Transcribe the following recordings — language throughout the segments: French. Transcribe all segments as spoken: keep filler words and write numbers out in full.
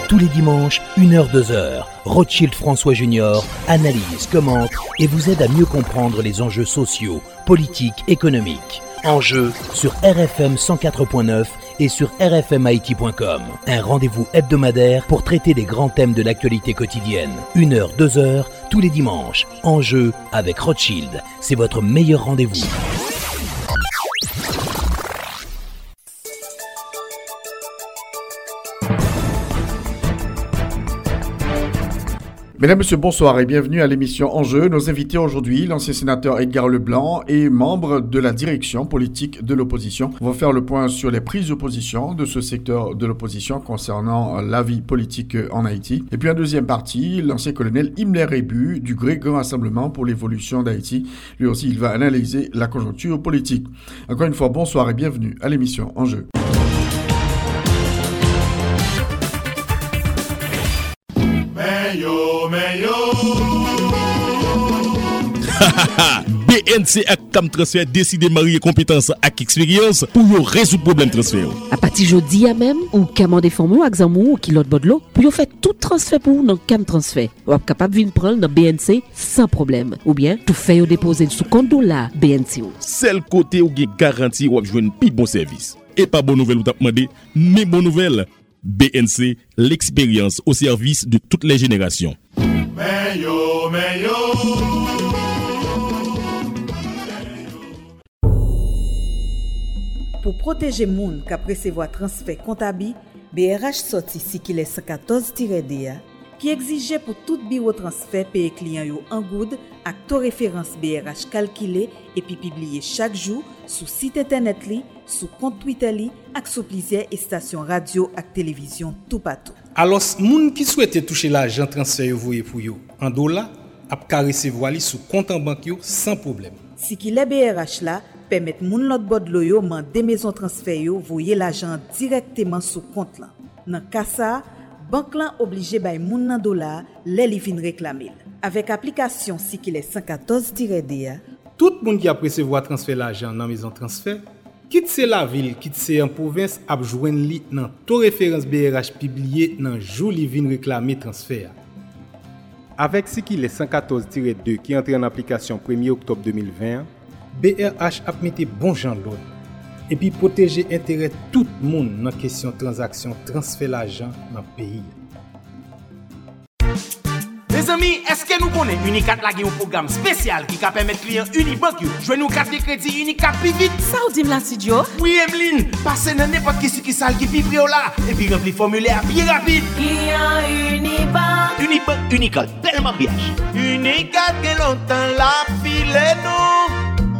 Tous les dimanches, une heure, deux heures, Rothschild François Junior analyse, commente et vous aide à mieux comprendre les enjeux sociaux, politiques, économiques. Enjeux sur R F M cent quatre point neuf et sur r f m haïti point com. Un rendez-vous hebdomadaire pour traiter des grands thèmes de l'actualité quotidienne. Une heure, deux heures, tous les dimanches. Enjeux avec Rothschild. C'est votre meilleur rendez-vous. Mesdames, Messieurs, bonsoir et bienvenue à l'émission Enjeux. Nos invités aujourd'hui, l'ancien sénateur Edgar Leblanc et membre de la direction politique de l'opposition. On va faire le point sur les prises de position de ce secteur de l'opposition concernant la vie politique en Haïti. Et puis en deuxième partie, l'ancien colonel Himmler Rébu du Gré Grand Rassemblement pour l'évolution d'Haïti. Lui aussi, il va analyser la conjoncture politique. Encore une fois, bonsoir et bienvenue à l'émission Enjeux. Meyo, meyo. B N C ak Cam Transfer décide marier compétence ak expérience pour yo résoudre problème transfert. À partir jeudi à même ou commander formule ak zamou ou qui l'autre bodlo pour yo faire tout transfert pour dans Cam Transfer. Ou ap capable vinn prendre dans B N C sans problème ou bien tout fait yo déposer sous compte dollar B N C. Seul côté ou gen garantie ou joindre pi bon service. Et pas bonne nouvelle ou t'a demandé, mais bonne nouvelle. B N C, l'expérience au service de toutes les générations. Meyo, meyo. Pour protéger moun qui recevoir transfert comptable, B R H sorti si qu'il est cent quatorze D A qui exigeait pour tout bureau transfert payer client yo en good ak taux référence B R H calculé et puis publié chaque jour sur site internet li, sur compte Twitter li ak sur plusieurs stations radio ak télévision tout partout. Alors moun qui souhaite toucher l'argent transfert voyé pour yo en dollars ap ka recevoir li sur compte en banque yo sans problème. Si qu'il est B R H là permettre moun lot bod lo yo mandé maison transfert yo voyer l'argent directement sur compte là. Dans cas ça banque là obligé bay moun nan dollar les li vinn réclamer. Avec application si qu'il est cent quatorze D A, tout moun qui a recevoir transfert l'argent dans maison transfert, quitte c'est la ville, quitte c'est en province, a joindre li dans taux référence B R H publié dans jour li vinn réclamer transfert. Avec si qu'il est cent quatorze deux qui entre en application premier octobre deux mille vingt, B R H a mis bon gens l'ordre et puis protéger intérêt tout le monde dans question transaction transfert l'argent dans le pays. Mes amis, est-ce que nous connaissons Unicat la un programme spécial qui va permettre clients Unibank jouer nos cartes de crédit Unicat plus vite? Ça ou dit la studio? Oui, Emeline, passez dans n'importe qui qui sale qui vibre là et puis remplir formulaire bien rapide. Client Unibank. Unibank, Unicat, tellement bien. Unicat que longtemps la file nous.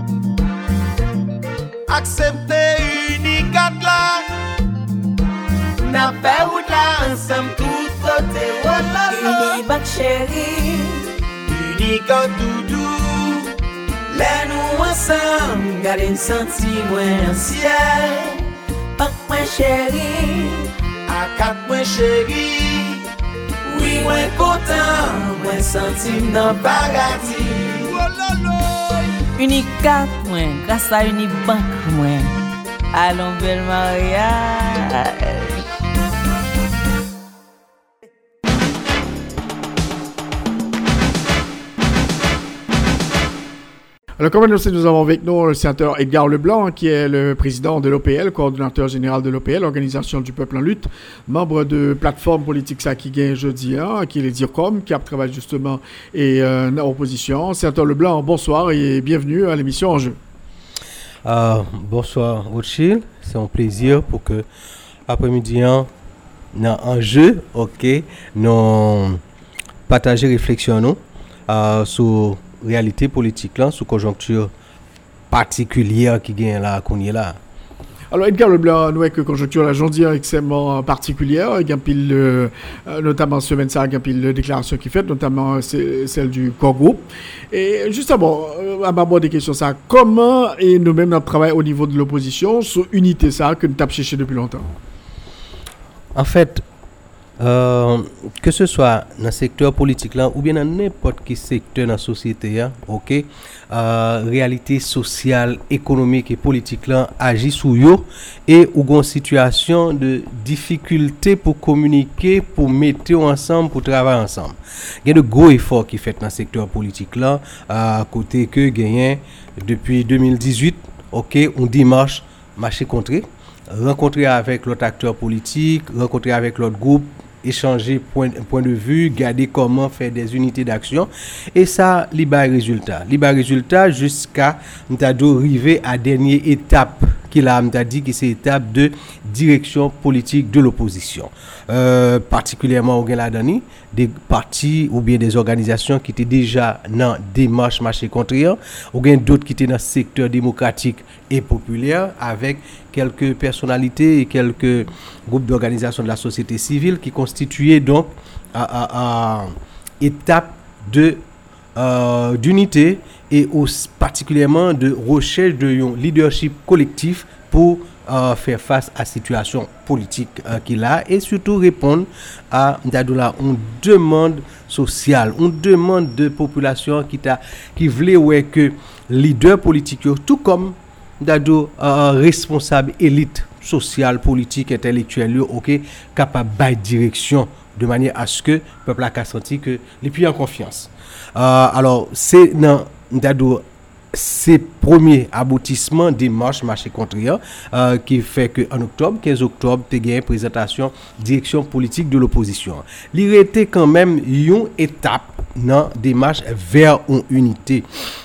Acceptez Unicat là. N'a pas ou là ensemble tout côté. Unibank chérie. Unicat doudou. Les nous ensemble, gardez un sentiment en ciel. Bank moi chérie. À quatre moi chérie. Oui, moi content, moi sentiment dans paradis. Unicat, moi, grâce à Unibank, moi. Allons, belle mariage. Alors, comme annoncé, nous avons avec nous le sénateur Edgar Leblanc, qui est le président de l'O P L, coordonnateur général de l'O P L, Organisation du Peuple en Lutte, membre de plateforme politique ça qui gagne jeudi, hein, qui est les DIRCOM, qui a travaillé justement et euh, en opposition. Sénateur Leblanc, bonsoir et bienvenue à l'émission Enjeux. Uh, bonsoir Rothschild, c'est un plaisir pour que après-midi dans Enjeux, ok, nous partager réflexion nous uh, sur réalité politique là, sous conjoncture particulière qui gagne là qu'on est là. Alors Edgar Leblanc, nous avec conjoncture la journée extrêmement particulière, il y a pile euh, notamment semaine ça, il y a pile de déclarations qui fait, notamment celle du corps groupe. Et juste avant, à bord des questions ça, comment et nous-mêmes notre travail au niveau de l'opposition sur unité ça que nous avons cherché depuis longtemps. En fait, Euh, que ce soit dans le secteur politique là ou bien dans n'importe quel secteur dans la société hein, OK euh, réalité sociale économique et politique là agit sous yo et ou une situation de difficulté pour communiquer pour mettre ensemble pour travailler ensemble il y a de gros efforts qui fait dans le secteur politique là à côté que gagné depuis deux mille dix-huit OK on démarche marché contré rencontrer avec l'autre acteur politique rencontrer avec l'autre groupe échanger point point de vue garder comment faire des unités d'action et ça liba résultat liba résultat jusqu'à m'tado arriver à dernière étape qu'il a m'a dit que c'est étape de direction politique de l'opposition euh, particulièrement au Galadani des partis ou bien des organisations qui étaient déjà dans démarche marché contre ou bien d'autres qui étaient dans le secteur démocratique et populaire avec quelques personnalités et quelques groupes d'organisations de la société civile qui constituaient donc à, à, à étape de euh, d'unité et aussi particulièrement de recherche de un leadership collectif pour euh, faire face à la situation politique euh, qu'il a et surtout répondre à une demande sociale, une demande de population qui t'a qui voulait ouais que leader politique tout comme d'ado euh, responsable élite sociale politique intellectuelle OK capable de direction de manière à ce que peuple a senti que les plus en confiance euh, alors c'est dans d'ado ces premiers aboutissements des marches marché contre euh, qui fait que en octobre quinze octobre tu gagné présentation direction politique de l'opposition il était quand même une étape dans démarche vers une unité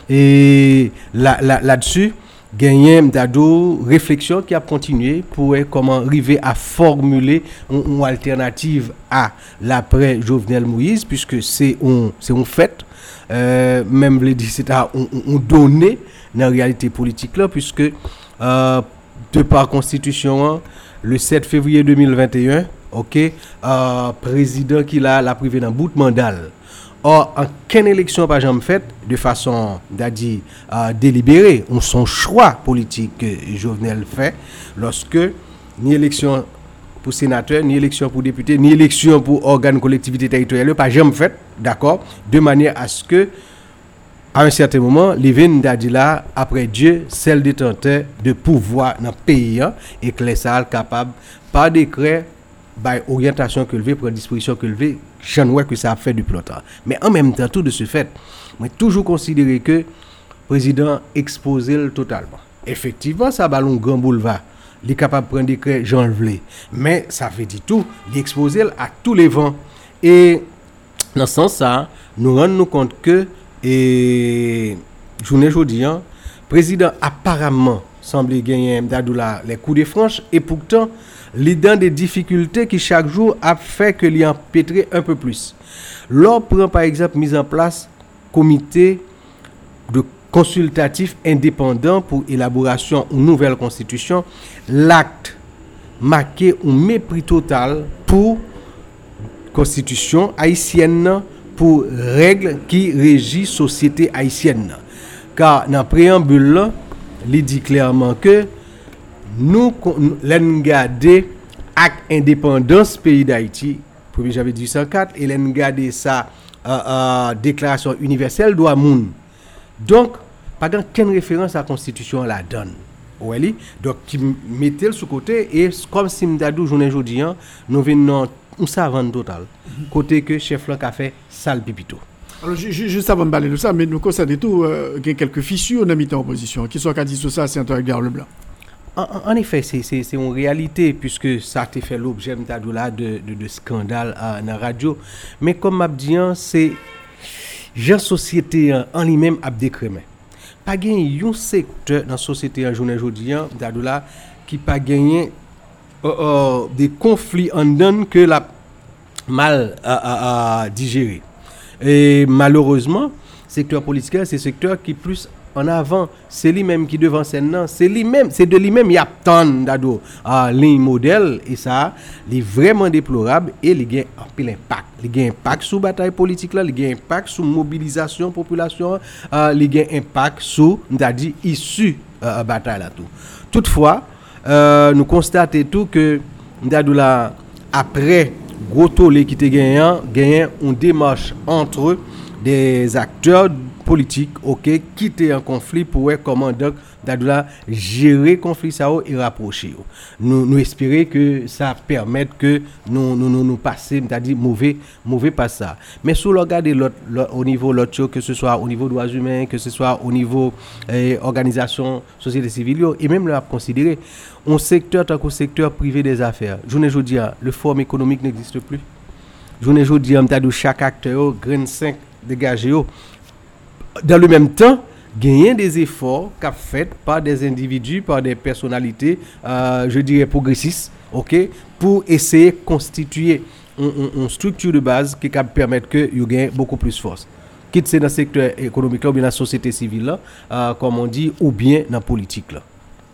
et là là là-dessus gagné d'ado réflexion qui a continué pour comment arriver à formuler une, une alternative à l'après Jovenel Moïse puisque c'est un c'est un fait euh, même les dit c'est à on, on donné dans la réalité politique là puisque euh, de par constitution le sept février deux mille vingt et un OK euh, président qui l'a la privé dans bout de mandat. Or, en quelle élection pas jamais faite de façon d'adi euh, délibérée, on son choix politique que Jovenel fait lorsque ni élection pour sénateur, ni élection pour député, ni élection pour organe collectivité territoriale pas jamais faite, d'accord, de manière à ce que à un certain moment, Livin d'adi là après Dieu, celle détenteur de pouvoir dans le pays hein, et que les salles capable par décret by orientation que levé pour disposition que levé j'en vois que ça a fait depuis longtemps mais en même temps tout de ce fait moi toujours considéré que président exposé le totalement effectivement ça ballon grand boulevard il est capable de prendre décret Jean Vlé mais ça fait dit tout il exposé à tous les vents et dans ce sens ça nous rendons nous compte que et journée aujourd'hui hein, président apparemment semble gagner d'adoula les coups de franche et pourtant les dans des difficultés qui chaque jour a fait que l'y empêtrer un peu plus. L'on prend par exemple mise en place comité de consultatif indépendant pour élaboration d'une nouvelle constitution, l'acte marqué un mépris total pour constitution haïtienne pour règles qui régissent société haïtienne. Car dans préambule il dit clairement que nous l'en garder acte indépendance pays d'Haïti premier janvier dix-huit cent quatre et l'en garder ça euh, euh, déclaration universelle droit moun donc pas grand quelle référence à la constitution la donne oui donc qui mettait sous côté et comme si m'dadou journée aujourd'hui nous venons un savant total côté que chef là a fait sale pipito. Alors, juste avant de parler de ça, mais nous constatons tout, euh, qu'il y a quelques fissures dans la opposition. Qui sont qu'a dit sur ça, c'est Antoine Edgar Leblanc. En, en effet, c'est, c'est, c'est une réalité, puisque ça a fait l'objet de, de, de scandale dans la radio. Mais comme m'a dit, c'est la société en lui-même a décrémé. Pas gagné un secteur dans la société en journée aujourd'hui, qui pas gagné euh, euh, des conflits en donne que la mal à, à, à digérer. Et malheureusement, secteur politique, c'est secteur qui plus en avant, c'est lui-même qui devant scène, c'est lui-même, c'est de lui-même il y a tant d'ado à ligne modèle et ça, il est vraiment déplorable et il a un peu l'impact, il a un impact sur bataille politique là, il a un impact sur mobilisation population, euh, il a un impact sur d'adi issue euh, bataille là tout. Toutefois, euh, nous constatons tout que d'ado là après gros tollé qui te gagnant, gagnant une démarche entre des acteurs politiques, OK, qui étaient en conflit pour voir comment donc Dadoula gérer conflit ça et rapprocher. Nous nous espérer que ça permette que nous nous nous, nous passer, c'est-à-dire mauvais mauvais pas ça. Mais sous le regarder l'autre au niveau l'autre que ce soit au niveau droits humains, que ce soit au niveau eh, organisation société civile et même le considérer un secteur tant que secteur privé des affaires. Journée aujourd'hui, le forum économique n'existe plus. Journée aujourd'hui, on de chaque acteur grain cinq dégagé. Dans le même temps, gagner des efforts qu'a fait par des individus, par des personnalités, euh, je dirais progressistes, ok, pour essayer de constituer une structure de base qui va permettre que you gagne beaucoup plus force. Quitte c'est dans le secteur économique là, ou bien dans la société civile là, euh, comme on dit, ou bien dans la politique là.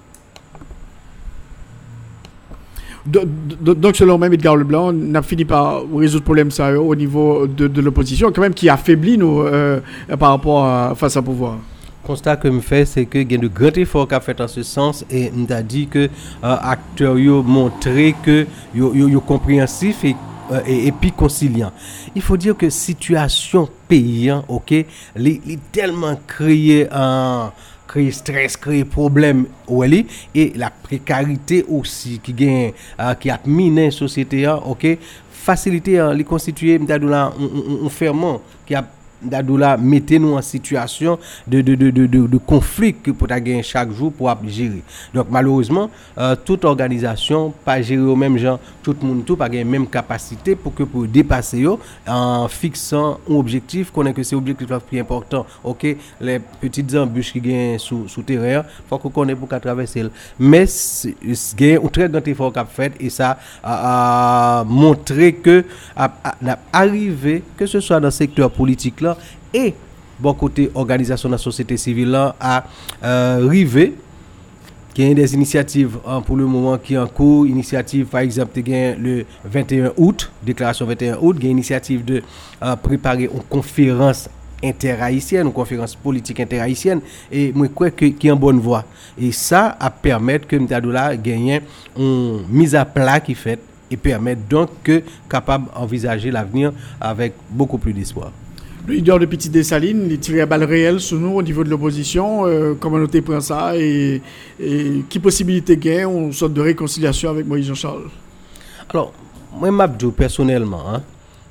Donc, selon même Edgar Leblanc, on a fini par résoudre le problème ça au niveau de, de l'opposition, quand même, qui affaiblit nous euh, par rapport à face à pouvoir. Le constat que je fais, c'est que il y a de grands efforts qu'a fait en ce sens et on a dit que euh, acteurs ont montré que ils sont compréhensifs et, euh, et, et puis conciliants. Il faut dire que situation pays, ok, les, les tellement créé un créer stress, créer problème et la précarité aussi qui gagne euh, qui a miné la société, ok, faciliter euh, les constituer d'adoula un, un, un ferment qui a d'adoula mettez-nous en situation de de de de de, de conflit que pour gagner chaque jour pour gérer. Donc malheureusement euh, toute organisation pas gérer au même genre, tout le monde tout pas gagner même capacité pour que pour dépasser yo en fixant un objectif connaît que c'est objectif le plus important. OK, les petites embûches qui gagnent sous sous terrain, faut qu'on connaît pour qu'à traverser. Mais gagne un très grand effort qu'a fait et ça a, a montré que a, a, a arrivé que ce soit dans le secteur politique là et bon côté organisation de la société civile là à euh, river qui a des initiatives hein, pour le moment qui est en cours, initiative par exemple le vingt et un août, déclaration vingt et un août, il y a une initiative de euh, préparer une conférence interhaïtienne, une conférence politique interhaïtienne et moi crois que qui est en bonne voie et ça a permettre que Mtadoula gagne une mise à plat qui fait et permettre donc que capable d'envisager l'avenir avec beaucoup plus d'espoir. Le leader de Petite Dessalines, il tirait à balles réelles sur nous au niveau de l'opposition. Euh, comment on prend ça et, et qui possibilité gagne une sorte de réconciliation avec Moïse Jean-Charles? Alors, moi, Mabdou, personnellement, hein,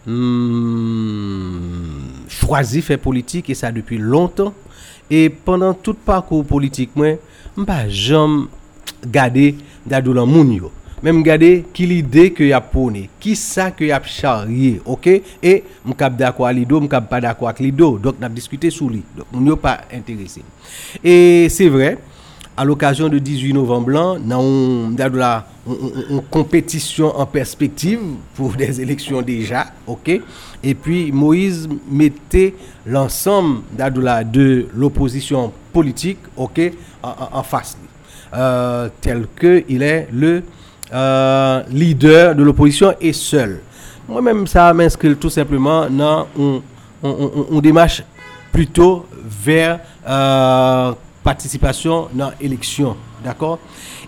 hmm, choisi faire politique et ça depuis longtemps. Et pendant tout parcours politique, moi, je n'ai jamais gardé d'adoulan moun yo. Même regarder qui l'idée que y a pone, qui ça que y a charrié, OK, et m cap d'accord lido, m cap pas d'accord avec lido, donc n'a discuté sur lui. Donc on n'y pas intéressé. Et c'est vrai, à l'occasion de dix-huit novembre là, on a de la une compétition en perspective pour des élections déjà, OK, et puis Moïse mettait l'ensemble de l'opposition politique, OK, en, en, en face euh, tel que il est le Euh, leader de l'opposition est seul. Moi-même, ça m'inscrit tout simplement dans une on, on, on démarche plutôt vers euh, participation dans l'élection. D'accord?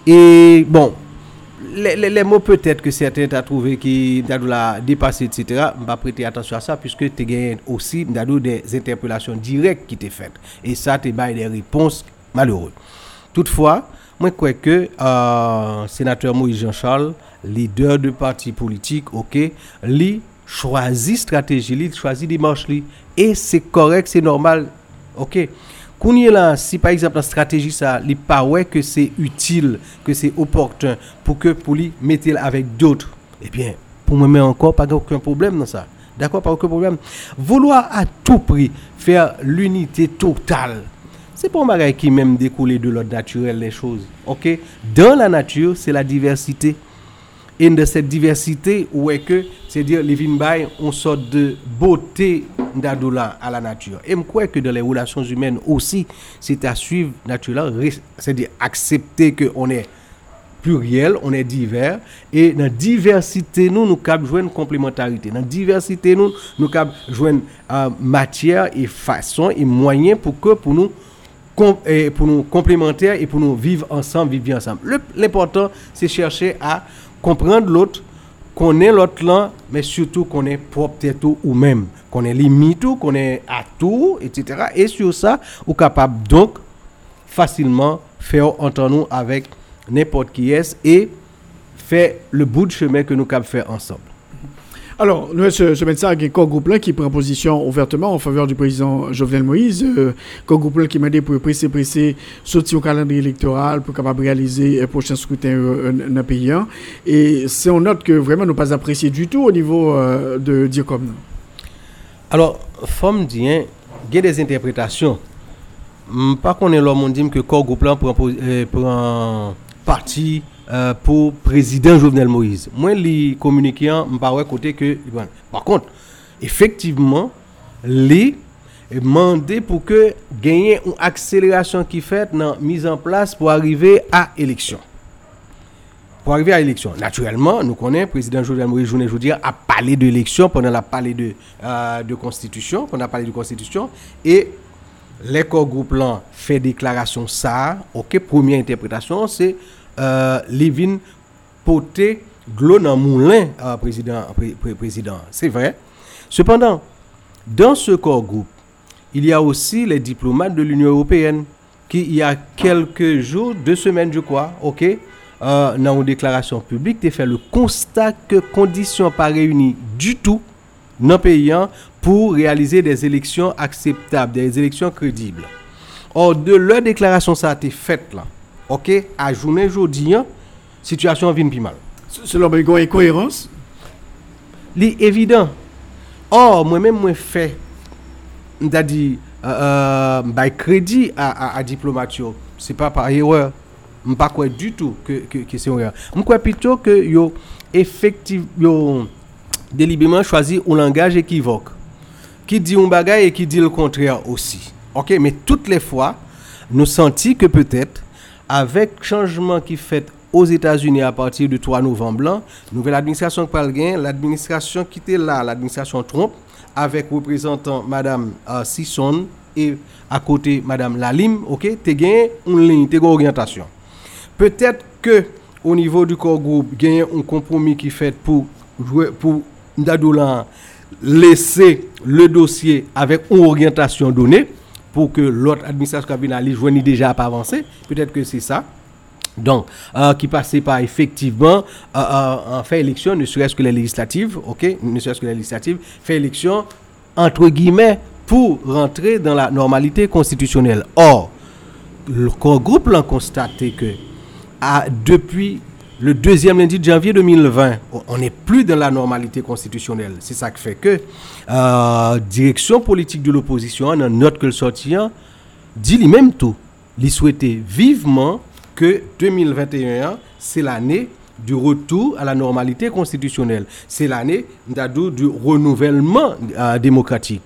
Et bon, les, les, les mots peut-être que certains t'ont trouvé qui ont dépassé, et cetera. Je ne vais pas prêter attention à ça puisque tu as aussi des interpellations directes qui t'ont faites. Et ça, tu as des réponses malheureuses. Toutefois, moi, je crois que euh, sénateur Moïse Jean-Charles, leader de parti politique, OK, lui choisit stratégie, lui choisit démarche, lui, et c'est correct, c'est normal, OK. Quand il là, si par exemple la stratégie ça, il paraît que c'est utile, que c'est opportun pour que pour lui mettre avec d'autres, eh bien, pour moi mais encore pas aucun problème dans ça. D'accord, pas aucun problème. Vouloir à tout prix faire l'unité totale. C'est pas un bagage qui même découle de l'ordre naturel les choses. OK? Dans la nature, c'est la diversité. Et de cette diversité, où est que, c'est-à-dire, les vignes ont sorte de beauté d'adoula à la nature. Et je crois que dans les relations humaines aussi, c'est à suivre naturellement, c'est-à-dire accepter qu'on est pluriel, on est divers, et dans la diversité, nous, nous capons jouer une complémentarité. Dans la diversité, nous, nous capons jouer une euh, matière et façon et moyens pour que, pour nous, et pour nous complémentaires et pour nous vivre ensemble, vivre ensemble. Le, l'important, c'est chercher à comprendre l'autre, connaît l'autre là, mais surtout connaît propre tête ou même, connaît limite ou connaît atout, et cetera. Et sur ça, ou capable donc facilement faire entendre nous avec n'importe qui est et faire le bout de chemin que nous capable faire ensemble. Alors, nous, ce, ce médecin, il y a un corps groupe qui prend position ouvertement en faveur du président Jovenel Moïse. Euh, corps groupe qui m'a dit pour presser, presser, sortir au calendrier électoral pour capable réaliser un prochain scrutin euh, dans le pays. Et c'est une note que vraiment nous pas apprécié du tout au niveau euh, de DIRCOM. Alors, Femme dit, il y a des interprétations. Par contre, l'homme dit que le corps groupe prend, euh, prend parti. Euh, pour président Jovenel Moïse. Moi, les communicants, je ne pas côté que. Bon. Par contre, effectivement, les demandé pour que gagner une accélération qui fait dans mise en place pour arriver à l'élection. Pour arriver à l'élection. Naturellement, nous connaissons le président Jovenel Moïse Journée aujourd'hui a parlé de l'élection pendant la parlé de euh, de constitution, pendant la parlé de constitution et les corps groupe là fait déclaration ça. OK, première interprétation, c'est Euh, Livin poté glo dans moulin euh, président pré, pré, président c'est vrai. Cependant, dans ce corps groupe, il y a aussi les diplomates de l'Union européenne qui il y a quelques jours, deux semaines je crois, OK, euh, dans une déclaration publique, tu fait le constat que conditions pas réunies du tout dans le pays pour réaliser des élections acceptables, des élections crédibles. Or de leur déclaration ça a été faite là. OK, à journée aujourd'hui, situation vient plus mal. Selon une incohérence, c'est évident. Or, moi-même, moi fait, j'ai dit, euh, by crédit à, à, à diplomature. C'est pas par erreur. Je ne pas quoi du tout que, que, que c'est une erreur. Je crois plutôt que yo effectivement délibérément choisi un langage équivoque qui dit un bagage et qui dit le contraire aussi. OK, mais toutes les fois, nous sentons que peut-être avec changement qui fait aux États-Unis à partir du trois novembre, nouvelle administration qui parle gain, l'administration qui était là, l'administration Trump, avec représentant Madame uh, Sisson et à côté Madame Lalim, ok, tu gain une ligne, tu une orientation. Peut-être que au niveau du corps groupe, gain un compromis qui fait pour jouer pour Ndadoulan laisser le dossier avec une orientation donnée. Pour que l'autre administration cabinale joigne déjà pas avancé, peut-être que c'est ça. Donc, euh, qui passait par effectivement euh, euh, fait élection, ne serait-ce que les législatives, ok, ne serait-ce que les législatives, fait élection entre guillemets pour rentrer dans la normalité constitutionnelle. Or, le groupe l'a constaté que à, depuis le deuxième lundi de janvier deux mille vingt, on n'est plus dans la normalité constitutionnelle. C'est ça qui fait que euh, direction politique de l'opposition, dans note que le sortir, dit lui-même tout. Il souhaitait vivement que deux mille vingt et un, c'est l'année du retour à la normalité constitutionnelle. C'est l'année du renouvellement euh, démocratique.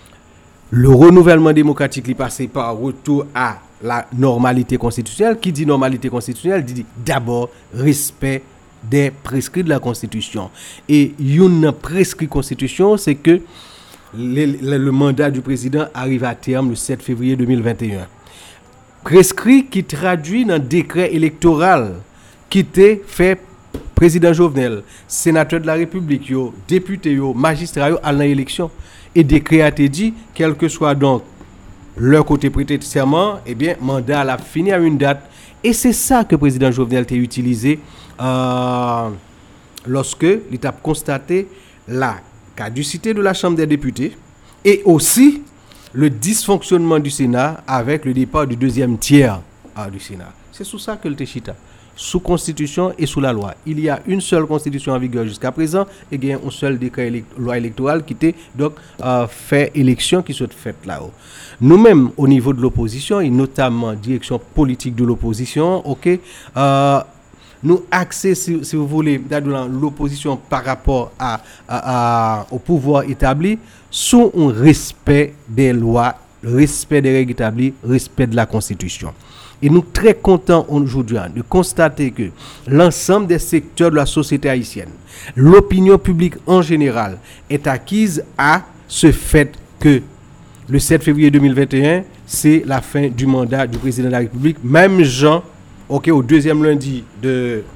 Le renouvellement démocratique est passé par retour à la normalité constitutionnelle. Qui dit normalité constitutionnelle dit d'abord respect des prescrits de la Constitution. Et une prescrit Constitution, c'est que le, le, le mandat du président arrive à terme le sept février deux mille vingt et un. Prescrit qui traduit dans le décret électoral qui était fait président Jovenel, sénateur de la République, yo, député, yo, magistrat yo, à l'élection. Et décret a été dit, quel que soit donc leur côté prêté de serment, eh bien, mandat a fini à une date. Et c'est ça que le président Jovenel a utilisé euh, lorsque il a constaté la caducité de la Chambre des députés et aussi le dysfonctionnement du Sénat avec le départ du deuxième tiers euh, du Sénat. C'est sous ça que le Téchita. Sous constitution et sous la loi. Il y a une seule constitution en vigueur jusqu'à présent et il y a un seul décret élect- loi électorale qui était donc euh, fait élection qui soit faite là-haut. Nous-mêmes au niveau de l'opposition et notamment direction politique de l'opposition, ok, euh, nous axer si, si vous voulez dans l'opposition par rapport à, à, à au pouvoir établi sous un respect des lois, respect des règles établies, respect de la Constitution. Et nous sommes très contents aujourd'hui de constater que l'ensemble des secteurs de la société haïtienne, l'opinion publique en général, est acquise à ce fait que le sept février deux mille vingt et un, c'est la fin du mandat du président de la République. Même Jean, ok, au deuxième lundi de,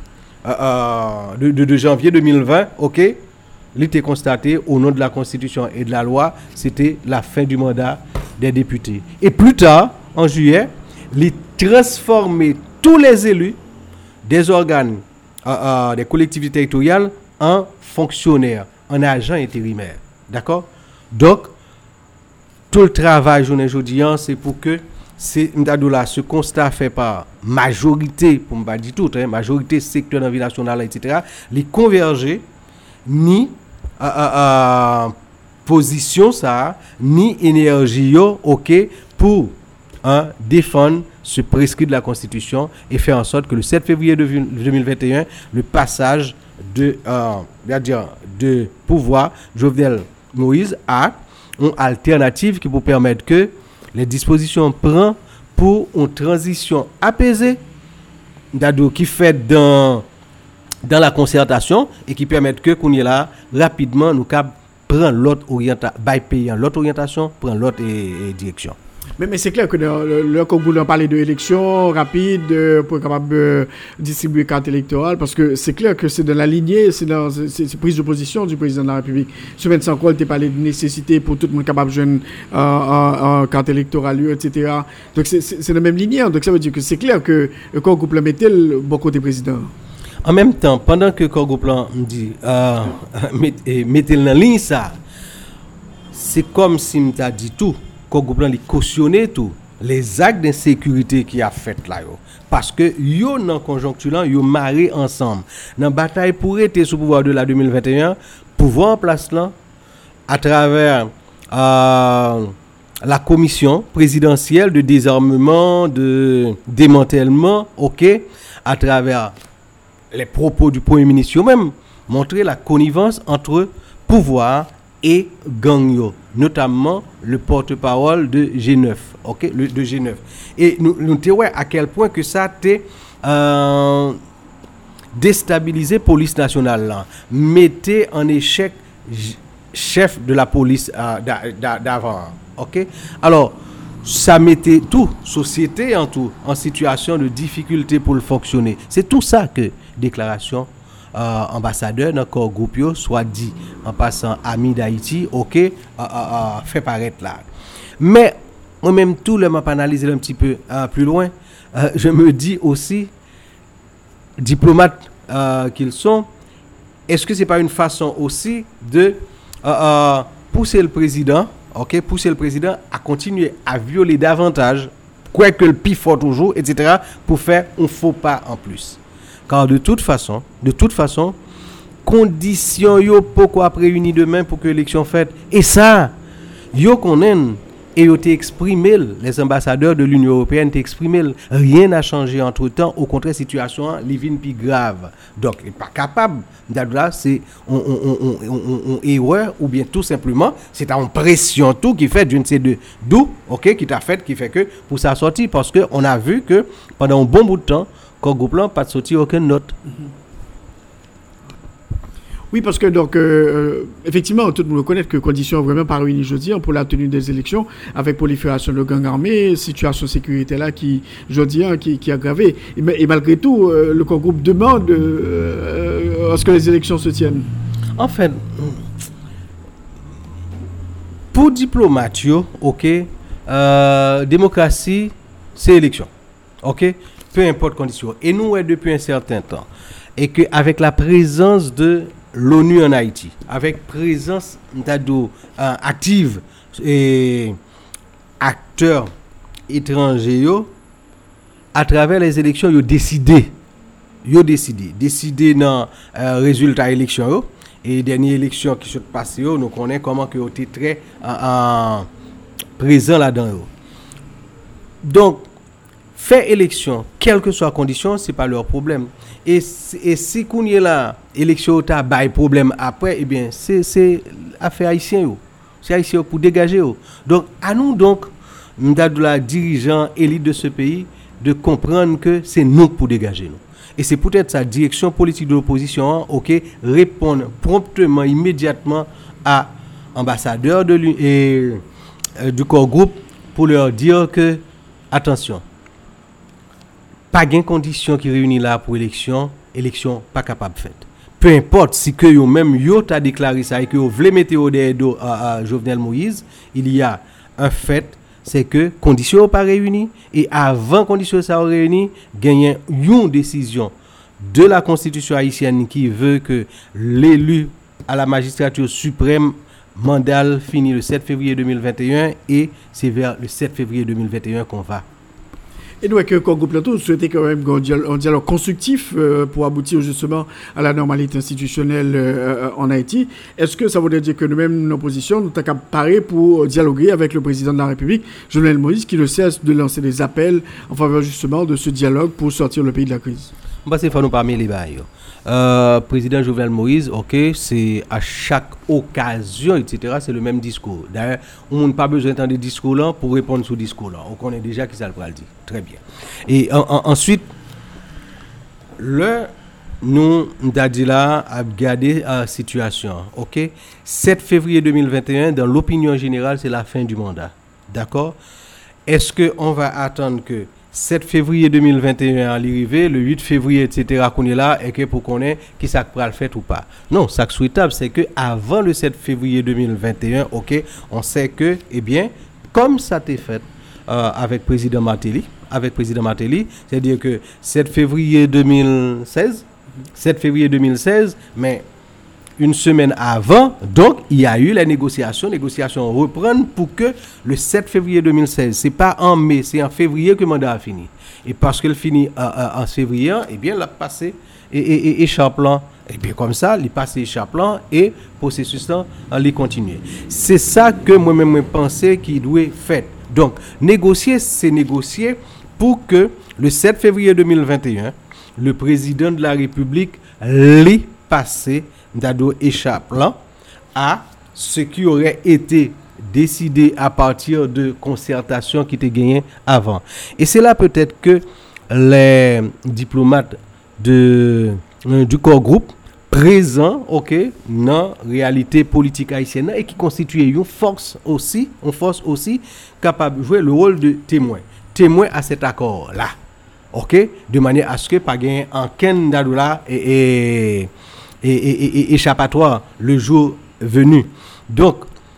euh, euh, de, de, de janvier deux mille vingt, ok, il était constaté au nom de la Constitution et de la loi, c'était la fin du mandat des députés. Et plus tard, en juillet, il transformait tous les élus des organes, euh, euh, des collectivités territoriales en fonctionnaires, en agents intérimaires. D'accord? Donc, tout le travail journée aujourd'hui, c'est pour que c'est là, ce constat fait par majorité, pour ne pas dire tout, hein, majorité secteur de la vie nationale, et cetera, les converger ni à, à, à, position ça, ni énergie, ok, pour hein, défendre ce prescrit de la Constitution et faire en sorte que le sept février deux mille vingt et un, le passage de, euh, dire, de pouvoir Jovenel Moïse à une alternative qui peut permettre que les dispositions prennent pour une transition apaisée qui fait dans, dans la concertation et qui permettent que qu'on est là rapidement nous cap prendre l'autre orientation, l'autre orientation, prendre l'autre et, et direction. Mais, mais c'est clair que dans le, le quand vous parlez d'élections rapides euh, pour être capable de euh, distribuer carte électorale, parce que c'est clair que c'est dans la lignée, c'est dans c'est, c'est prise de position du président de la République. Sur Vincent Coll, tu parlé de nécessité pour tout le monde capable de jouer une carte électorale, et cetera. Donc c'est, c'est, c'est la même lignée. Donc ça veut dire que c'est clair que le corps groupe mettait le bon côté président. En même temps, pendant que le corps groupe me dit euh, mettez le dans ligne ça, c'est comme si me t'a dit tout. Gouvernement li cautionner tout les actes d'insécurité qui a fait là yo parce que yo dans conjoncture là yo marré ensemble dans bataille pour être sous pouvoir de la deux mille vingt et un pouvoir en place là à travers euh, la commission présidentielle de désarmement de démantèlement OK à travers les propos du premier ministre même montrer la connivence entre pouvoir et gang yo, notamment le porte-parole de G neuf, ok, le, de G neuf. Et nous nous te ouais à quel point que ça t'est euh, déstabilisé police nationale là, mettez en échec j- chef de la police euh, d'a, d'a, d'avant, ok. Alors ça mettait tout société en tout en situation de difficulté pour le fonctionner. C'est tout ça que déclaration Euh, ambassadeur dans corps groupe yo soit dit en passant ami d'Haïti OK euh, euh, euh, fait paraître là. Mais moi même tout le m'a analysé un petit peu euh, plus loin, euh, je me dis aussi diplomates euh, qu'ils sont, est-ce que c'est pas une façon aussi de euh, euh, pousser le président, OK, pousser le président à continuer à violer davantage quoi que le pif fort toujours et cetera pour faire un faux pas en plus. Car de toute façon, de toute façon, conditions yo pourquoi réunis demain pour que l'élection faite. Et ça, yo connaissent et yo t'ai exprimé, les ambassadeurs de l'Union européenne t'ai exprimé, rien n'a changé entre temps. Au contraire, situation livine plus grave. Donc, il n'est pas capable là, c'est on, on, on, on, on, on erreur ou bien tout simplement, c'est une pression tout qui fait, je ne sais de d'où, ok, qui t'a fait, qui fait que pour sa sortie, parce que on a vu que pendant un bon bout de temps. Quand groupe là pas de sortir aucune note. Oui, parce que donc euh, effectivement tout le monde reconnaît que conditions vraiment pas réunies jeudi pour la tenue des élections avec prolifération de gangs armés, situation sécurité là qui jeudi qui qui aggravée et, et malgré tout euh, le groupe demande euh, à ce que les élections se tiennent. En fait pour diplomate yo, OK, euh, démocratie c'est élection. OK? Peu importe condition. Et nous, ouais, depuis un certain temps, et que avec la présence de l'ONU en Haïti, avec présence d'ado euh, active et acteurs étrangers, yo, à travers les élections, ils ont décidé, ils ont décidé, décidé dans euh, résultat élection yo, et dernière élection qui s'est passée, nous connaissons comment que ont été très euh, euh, présents là-dedans. Yo. Donc faire élection, quelles que soient les conditions, ce n'est pas leur problème. Et, et si qu'on y est là, élection ta bail problème après, eh bien, c'est, c'est affaire haïtien. C'est haïtien pour dégager. Yo. Donc, à nous, donc, de la dirigeant élite de ce pays, de comprendre que c'est nous pour dégager. Nous. Et c'est peut-être sa direction politique de l'opposition, ok, répondre promptement, immédiatement à l'ambassadeur de l'U- et, euh, du corps groupe pour leur dire que, attention, pas de conditions qui réunissent là pour l'élection, élection pas capable de faire. Peu importe si que yo même yo t'a déclaré ça et que yo voulez mettre au dos à, à Jovenel Moïse, il y a un fait, c'est que conditions pas réunies et avant conditions ça réunies, gagner une décision de la constitution haïtienne qui veut que l'élu à la magistrature suprême mandat finit le sept février deux mille vingt et un et c'est vers le sept février deux mille vingt et un qu'on va. Et nous, avec le Congo Plateau, souhaitez quand même un dialogue, un dialogue constructif euh, pour aboutir justement à la normalité institutionnelle euh, en Haïti. Est-ce que ça voudrait dire que nous-mêmes, nos positions, nous sommes parés pour dialoguer avec le président de la République, Jovenel Moïse, qui ne cesse de lancer des appels en faveur justement de ce dialogue pour sortir le pays de la crise? Bah, c'est nous parmi les bails. Euh, président Jovenel Moïse, ok, c'est à chaque occasion, et cetera, c'est le même discours. D'ailleurs, on n'a pas besoin d'entendre des discours là pour répondre sur discours là. On connaît déjà qui ça le dit. Très bien. Et en, en, ensuite, le nous d'adi là à regarder la situation. Ok, sept février deux mille vingt et un, dans l'opinion générale, c'est la fin du mandat. D'accord? Est-ce que on va attendre que sept février deux mille vingt et un à l'arrivée, le huit février, et cetera, qu'on est là, et que pour qu'on ait qui ça pourra le faire ou pas. Non, ça qui est souhaitable, c'est que avant le sept février deux mille vingt et un, ok, on sait que, eh bien, comme ça t'est fait euh, avec président Martelly, avec président Martelly, c'est-à-dire que sept février deux mille seize, sept février deux mille seize, mais une semaine avant, donc il y a eu les négociations, négociations reprennent pour que le sept février deux mille seize, c'est pas en mai, c'est en février que le mandat a fini. Et parce qu'il finit euh, euh, en février, eh bien, il a passé et, et, et échappant. Et bien comme ça, il passe échappant et processus là, il continue. C'est ça que moi-même je pensais qu'il doit faire. Donc, négocier, c'est négocier pour que le sept février deux mille vingt et un, le président de la République l'ait passé d'ado échappant à ce qui aurait été décidé à partir de concertations qui étaient gagnées avant. Et c'est là peut-être que les diplomates de, euh, du corps groupe présents, ok, dans la réalité politique haïtienne et qui constituent une force aussi, une force aussi capable de jouer le rôle de témoin. Témoin à cet accord-là. Ok, de manière à ce que pas gagner en ken d'adou-là et, et, et, et, et échappatoire le jour venu. Donc,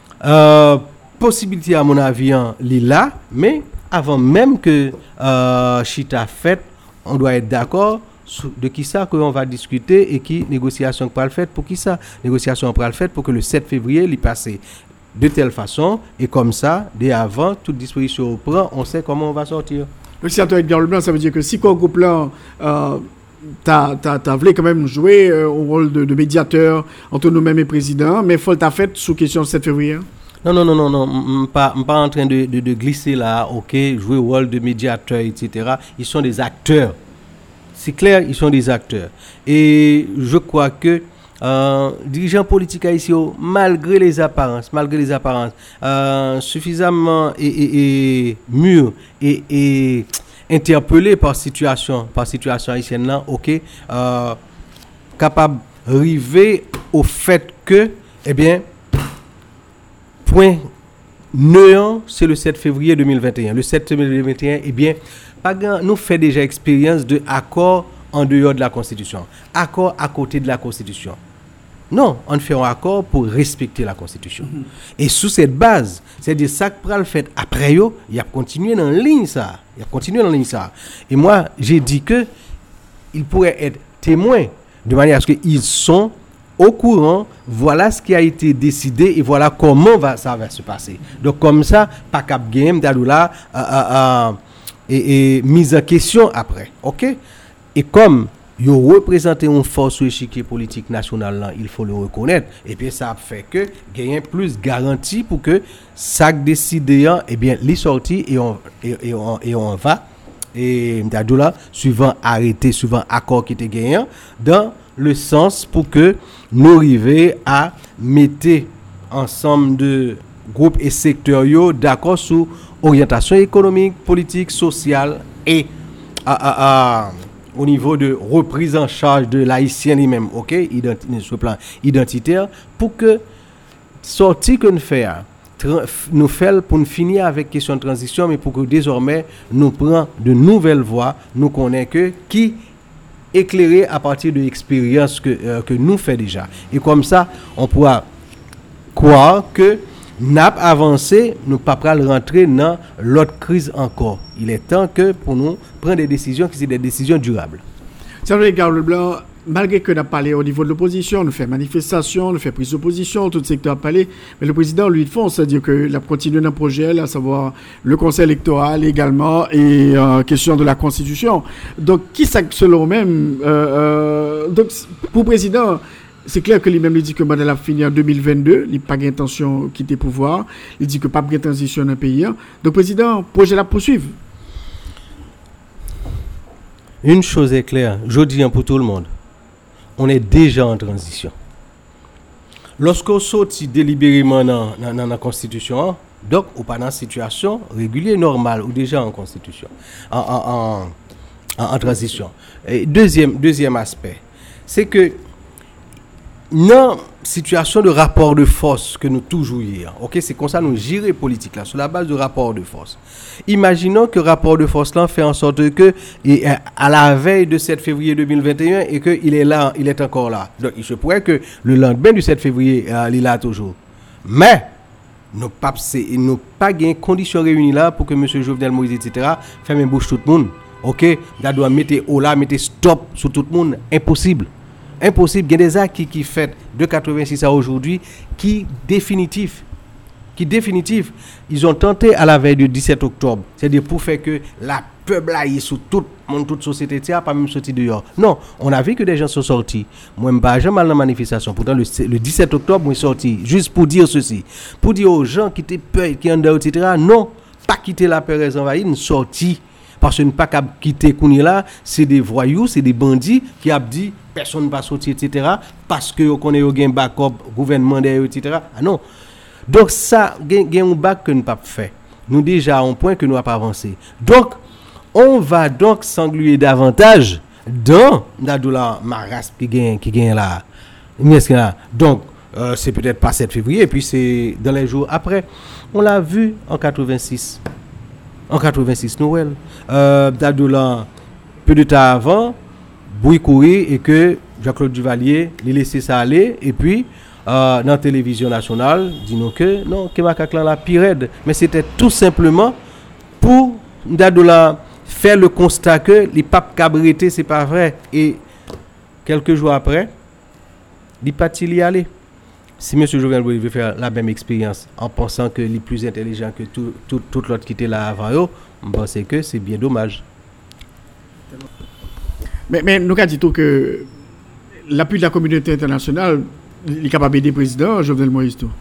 euh, possibilité à mon avis en là, mais avant même que euh, Chita fait, on doit être d'accord de qui ça que on va discuter et qui négociation pour le faire pour qui ça négociation pour le faire pour que le sept février il passe de telle façon et comme ça dès avant toute disposition au prend on sait comment on va sortir. Le sénateur Edgar Leblanc, ça veut dire que si quoi groupe là euh, t'as t'as t'as voulu quand même jouer euh, au rôle de, de médiateur entre nous-mêmes et président, mais faut t'a fait sous question du sept février. Non, non, non, non, non, pas, pas en train de, de, de glisser là, ok, jouer au rôle de médiateur, et cetera. Ils sont des acteurs. C'est clair, ils sont des acteurs. Et je crois que euh, dirigeants politiques haïtiens, malgré les apparences, malgré les apparences, euh, suffisamment et, et, et mûrs et, et interpellés par situation, par situation haïtienne là, ok, euh, capable d'arriver au fait que, eh bien, point néant, c'est le sept février deux mille vingt et un. Le sept février deux mille vingt et un, eh bien, nous fait déjà expérience de accord en dehors de la Constitution, accord à côté de la Constitution. Non, on fait un accord pour respecter la Constitution. Mm-hmm. Et sous cette base, c'est-à-dire ça que le fait après yo, il a continué dans la ligne ça, il a continué dans la ligne ça. Et moi, j'ai dit que il pourrait être témoin de manière à ce qu'ils sont au courant, voilà ce qui a été décidé et voilà comment va, ça va se passer. Donc comme ça, pas cap game d'adoula euh, euh, euh, et, et mise en question après, ok? Et comme ils représentent une force sur l'échiquier politique national là, il faut le reconnaître. Et puis ça fait que gagner plus garantie pour que ça décidé, eh bien, les sorties et on et, et on et on va et d'adoula suivant arrêté, suivant accord qui était gagnant dans le sens pour que nous arrivions à mettre ensemble de groupes et secteurs d'accord sur orientation économique, politique, sociale et à, à, à, au niveau de reprise en charge de l'haïtien lui-même, ok, identi- sur le plan identitaire, pour que sortie que nous faisons, nous faisons pour nous finir avec question de transition, mais pour que désormais nous prenions de nouvelles voies, nous connaissons que qui éclairé à partir de l'expérience que, euh, que nous fait déjà. Et comme ça, on pourra croire que n'a pas avancé, nous ne pas rentrer dans l'autre crise encore. Il est temps que pour nous prendre des décisions qui sont des décisions durables. Serge Edgar Leblanc, malgré que nous avons parlé au niveau de l'opposition, nous faisons manifestation, nous faisons prise d'opposition, tout le secteur a parlé, mais le président, lui, fonce, c'est-à-dire qu'il a continué dans le projet, à savoir le conseil électoral également, et euh, question de la constitution. Donc, qui ça, selon même, euh, euh, donc, pour le président, c'est clair que lui-même, il dit que le mandat a fini en deux mille vingt-deux, il n'a pas d'intention de quitter le pouvoir, il dit que pas de transition dans le pays. Donc, le président, le projet la poursuivre. Une chose est claire, je dis pour tout le monde, on est déjà en transition. Lorsqu'on sortit délibérément dans, dans, dans la Constitution, donc on pas dans une situation régulière, normale, ou déjà en Constitution, en, en, en, en transition. Et deuxième, deuxième aspect, c'est que dans situation de rapport de force que nous toujours hier, ok, c'est comme ça nous gérer politique là sur la base de rapport de force. Imaginons que rapport de force là fait en sorte que et, à la veille de sept février deux mille vingt et un et que il est là, il est encore là. Donc il se pourrait que le lendemain du sept février euh, il est là toujours. Mais nous pas c'est nous pas gain conditions réunies là pour que monsieur Jovenel Moïse et cetera ferme bouche tout le monde. Ok, là doit mettre au là mettre stop sur tout le monde, impossible. Impossible. Il y a des actes qui, qui fait de quatre-vingt-six à aujourd'hui qui définitif. Qui définitif. Ils ont tenté à la veille du dix-sept octobre. C'est-à-dire pour faire que la peuple aille sous toute mon toute société n'a pas même sorti dehors. Non, on a vu que des gens sont sortis. Moi, je ne pas jamais dans la manifestation. Pourtant, le, le dix-sept octobre, moi, je suis sorti. Juste pour dire ceci. Pour dire aux gens qui étaient peur, qui en dehors, et cetera. Non, pas quitter la peur et envahir, une sortie. Parce que ne pas quitter Kounia là, c'est des voyous, c'est des bandits qui ont dit personne ne va sortir, et cetera. Parce que on connaît un backup, gouvernement derrière, et cetera. Ah non. Donc ça, il y a un bac que nous n'avons pas fait. Nous déjà à un point que nous n'avons pas avancé. Donc, on va donc s'engluer davantage dans la maras qui gagne qui gagne là. Donc, euh, c'est peut-être pas sept février, puis c'est dans les jours après. On l'a vu en quatre-vingt-six. En quatre-vingt-six, Noël. Euh, Dadoula, peu de temps avant, bruit courir et que Jean-Claude Duvalier lui laissé ça aller. Et puis, euh, dans la télévision nationale, disons que non, que Macaclan la pirède. Mais c'était tout simplement pour Dadoula faire le constat que les papes cabretés, c'est pas vrai. Et quelques jours après, il pas y aller. Si M. Jovenel Moïse veut faire la même expérience en pensant que les plus intelligents que tout, tout, tout l'autre qui était là avant eux, je pense que c'est bien dommage. Mais, mais nous avons dit tout que l'appui de la communauté internationale est capable d'aider le président Jovenel Moïse. Tout.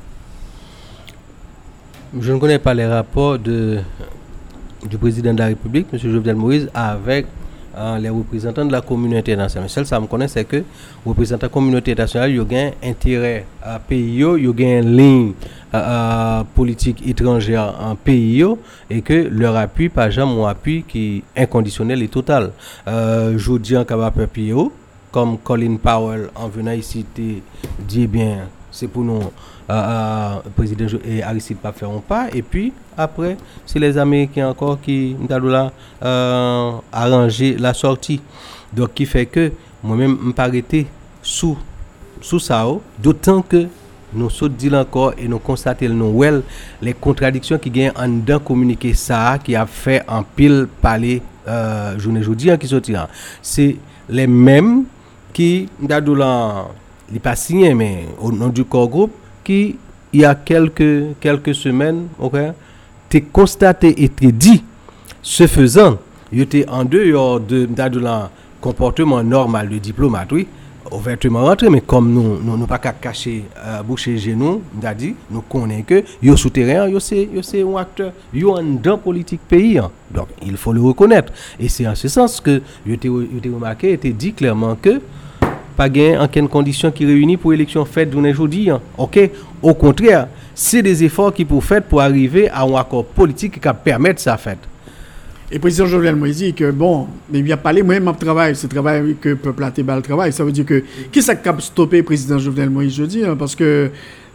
Je ne connais pas les rapports de, du président de la République, M. Jovenel Moïse, avec Uh, les représentants de la communauté internationale. Seul ça me connaît, c'est que les représentants de la communauté internationale, ils ont un intérêt à pays, ils ont une ligne uh, uh, politique étrangère en pays et que leur appui, par exemple, un appui qui est inconditionnel et total. Uh, je dis en capable pays, comme Colin Powell en venant ici, dit bien, c'est pour nous. Le euh, euh, président et Aristide pas feront pas et puis après c'est les Américains encore qui ont euh, arrangé la sortie, donc qui fait que moi-même me arrêté sous sous ça, d'autant que nous sommes dit encore et nous constatons nous well, les contradictions qui gagnent en dedans communiqué ça qui a fait en pile parler euh, journée aujourd'hui qui sortira, c'est les mêmes qui Dadoula il pas signé mais au nom du corps groupe qui, il y a quelques, quelques semaines, okay, t'es constaté et t'es dit, ce faisant, il était en dehors de, de, de la comportement normal de diplomate, oui, ouvertement rentré, mais comme nous, nous, nous pas qu'à cacher, euh, boucher genoux, nous a dit, nous connaissons que, yo souterrain, yo c'est, yo c'est un acteur, yo un dans politique pays, hein. Donc, il faut le reconnaître. Et c'est en ce sens que, yo t'ai, yo t'ai remarqué, et t'ai dit clairement que, pas gain en quelle condition qui réunit pour élection faite aujourd'hui. Hein. OK, au contraire, c'est des efforts qui pour faire pour arriver à un accord politique qui va permettre ça fête. Et le président Jovenel Moïse dit que bon, mais il a parlé moi-même mon travail, ce travail que le peuple a été bas le travail, ça veut dire que qui ça qui a stoppé le président Jovenel Moïse jeudi hein, parce que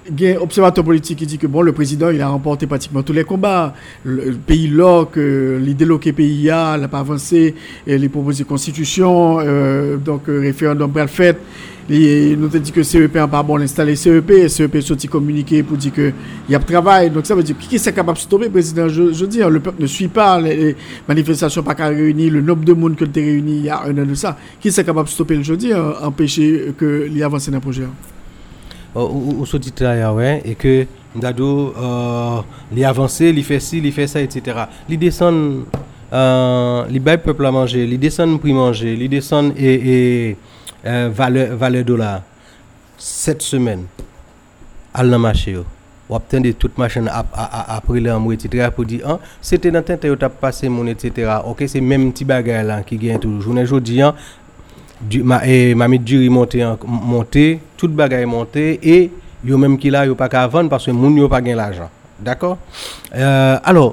il y a un observateur politique qui dit que bon, le président il a remporté pratiquement tous les combats. Le, le pays là, que l'idée là que le pays a, n'a pas avancé, et les proposées constitution, euh, donc euh, référendum pour le fait. Et nous te dit que C E P n'a pas bon installer C E P, et C E P sorti communiqué pour dire qu'il y a travail. Donc ça veut dire qui est capable de stopper le président? Je, je dis, le peuple ne suit pas les, les manifestations pas qu'à réunir, le nombre de monde que tu réuni il y a un an de ça. Qui est capable de stopper le jeudi, empêcher que l'y avance dans le projet? Ou ce titre-là, ouais, et que Ndado, euh, l'y avancer, l'y fait ci, l'y fait ça, et cetera. L'y descend, euh, l'y baille peuple à manger, l'y descend prix manger, l'y descend et. et Euh, valeur valeur dollar cette semaine à la marché on obtenir toute machine après le mois etc pour dire hein, c'était dans tête tu as passé mon etc OK c'est même petit bagage là qui gagne toujours journée aujourd'hui du ma et mamie du monter monter toute bagage monter et yo même qui là yo pas qu'à vendre parce que moun yo pas gain l'argent d'accord euh, alors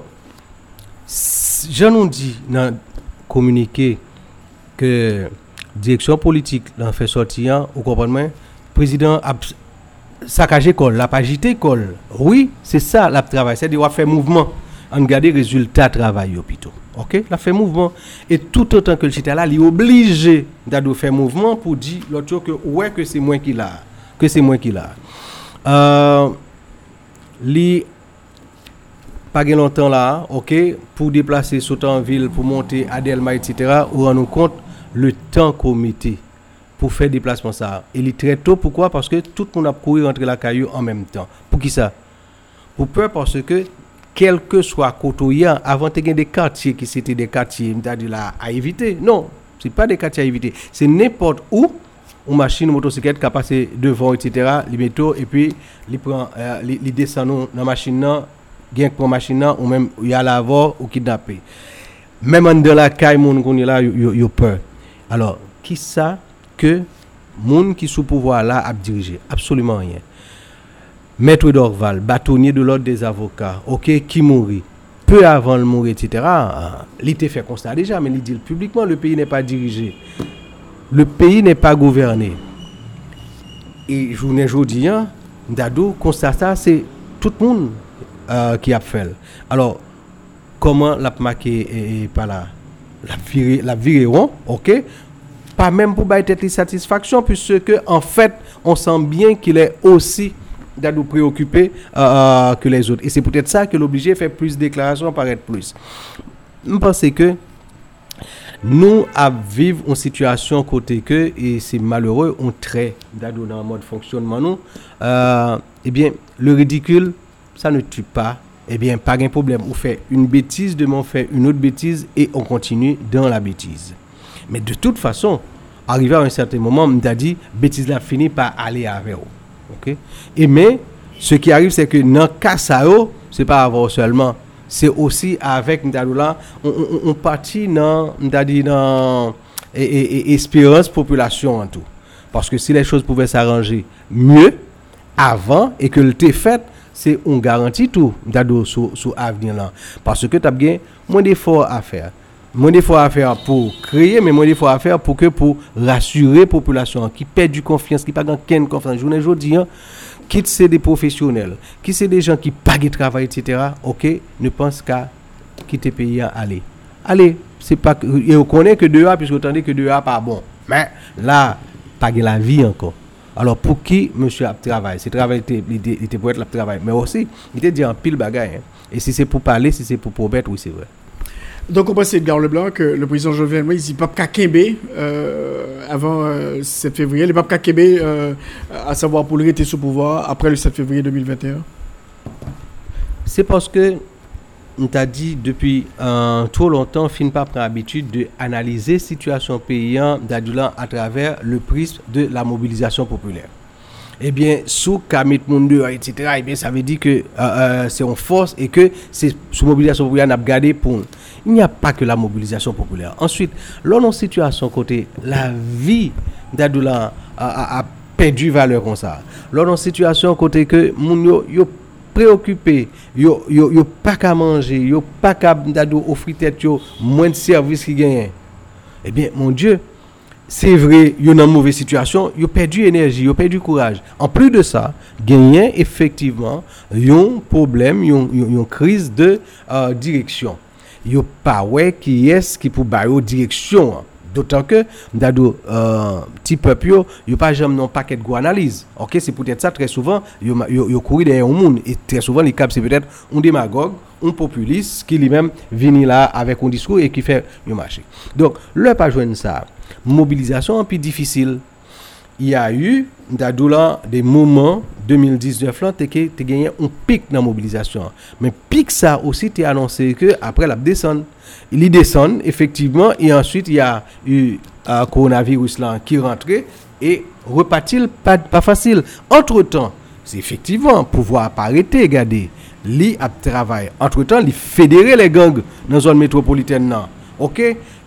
je nous dis dans communiqué que direction politique l'en fait sortir vous comprenez président a saccagé école l'a pas agité école oui c'est ça la travail c'est dire faire mouvement en regarder résultat travail plutôt OK la fait mouvement et tout autant que le chita là il est obligé de faire mouvement pour dire l'autre que ouais que c'est moi qui l'a que c'est moi qui l'a euh li pas gain longtemps là OK pour déplacer sauter en ville pour monter à Delma etc ou rendre compte le temps comité pour faire déplacement ça il est très tôt pourquoi parce que tout le monde a couru entre la caillou en même temps pour qui ça pour peur parce que quel que soit côtoyant avant de gagner des quartiers qui c'était des quartiers c'est-à-dire là à éviter non c'est pas des quartiers à éviter c'est n'importe où une machine motocyclette qui a passé devant etc les métaux et puis il prend euh, il descend dans la machine là gain pour machine là ou même il y a l'avant ou kidnappé même en de la caille moun qu'on est là yo yo peur. Alors, qui ça que moun qui sous pouvoir là a dirigé? Absolument rien. Maître Dorval, bâtonnier de l'ordre des avocats, OK, qui mourit peu avant le mourir, et cetera. Il était fait constat déjà, mais il dit publiquement le pays n'est pas dirigé. Le pays n'est pas gouverné. Et journée aujourd'hui, Ndado constat ça, c'est tout le monde euh, qui a fait. Alors, comment la marqué et pas là? La viré, la viréron, OK? Pas même pour bailler tête satisfaction puisque en fait, on sent bien qu'il est aussi d'être préoccupé euh, que les autres. Et c'est peut-être ça que l'obligé fait plus de déclarations, paraître plus. Je pense que nous à vivre une situation côté que et c'est malheureux, on trait d'ado dans le mode fonctionnement nous. Euh, eh bien, le ridicule, ça ne tue pas. Eh bien, pas de problème. On fait une bêtise, demain on fait une autre bêtise et on continue dans la bêtise. Mais de toute façon, arrivé à un certain moment, on t'a dit, bêtise là finit par aller avec vous. OK? Et mais, ce qui arrive, c'est que dans le cas ça, c'est pas avoir seulement, c'est aussi avec, là, on, on, on partit dans, on t'a dit, dans et, et, et, espérance population en tout. Parce que si les choses pouvaient s'arranger mieux avant et que le t'est fait, c'est on garantit tout d'ado sur sur avenir là parce que tu as bien moins d'efforts à faire moins d'efforts à faire pour créer mais moins d'efforts à faire pour que pour rassurer population qui perd du confiance qui pas gagne confiance journée aujourd'hui qui c'est des professionnels qui c'est des gens qui pas de travail etc OK ne pense qu'à quitter pays aller allez c'est pas et on connaît que dehors puisque attendez que dehors pas bon mais là pas de la vie encore. Alors pour qui monsieur a travaillé, c'est travail il était pour être le travail mais aussi il était dit en pile bagaille hein. Et si c'est pour parler, si c'est pour promettre, oui c'est vrai. Donc on pense Edgar Leblanc que le président Jovenel Moïse il pas Kakembe euh, avant euh, sept février, il pas Kakembe euh, à savoir pour le rester sous pouvoir après le sept février deux mille vingt et un. C'est parce que on t'a dit depuis euh, trop longtemps, fin pas prendre l'habitude de analyser situation paysan d'Adulan à travers le prisme de la mobilisation populaire. Eh bien, sous Kamit Mundu, et cetera, eh bien, ça veut dire que euh, euh, c'est en force et que c'est sous mobilisation populaire, on a gardé pour. Il n'y a pas que la mobilisation populaire. Ensuite, l'on a une situation côté, la vie d'Adulan a, a, a perdu valeur comme ça. L'on a une situation côté que moun yo, yo préoccupé, yo yo yo pas qu'à manger, yo pas qu'à offrir tête yo moins de services qui gagnent. Eh bien, mon Dieu, c'est vrai, ils sont dans une mauvaise situation, ils ont perdu énergie, ils ont perdu courage. En plus de ça, gagnent effectivement un problème, une une crise de euh, direction. Ils n'ont pas ouais qui est qui pour bailler direction. D'autant que d'ado euh, petit peuple yo yo pas jamais non paquet de go analyse. OK, c'est peut-être ça très souvent yo yo, yo courir derrière un monde et très souvent les cap c'est peut-être un démagogue, un populiste qui lui-même vient là avec un discours et qui fait yo marché. Donc, le pas joindre ça. Mobilisation un peu difficile. Il y a eu d'ado là des moments deux mille dix-neuf là t'es que t'es gagné un pic dans mobilisation. Mais pic ça aussi t'es annoncé que après la descend. Il descend effectivement et ensuite il y a eu un uh, coronavirus là qui rentrait et repartit pas pas facile. Entre-temps, c'est effectivement pouvoir pas arrêter regarder li a travail. Entre-temps, li fédérer les gangs dans zone métropolitaine là. OK?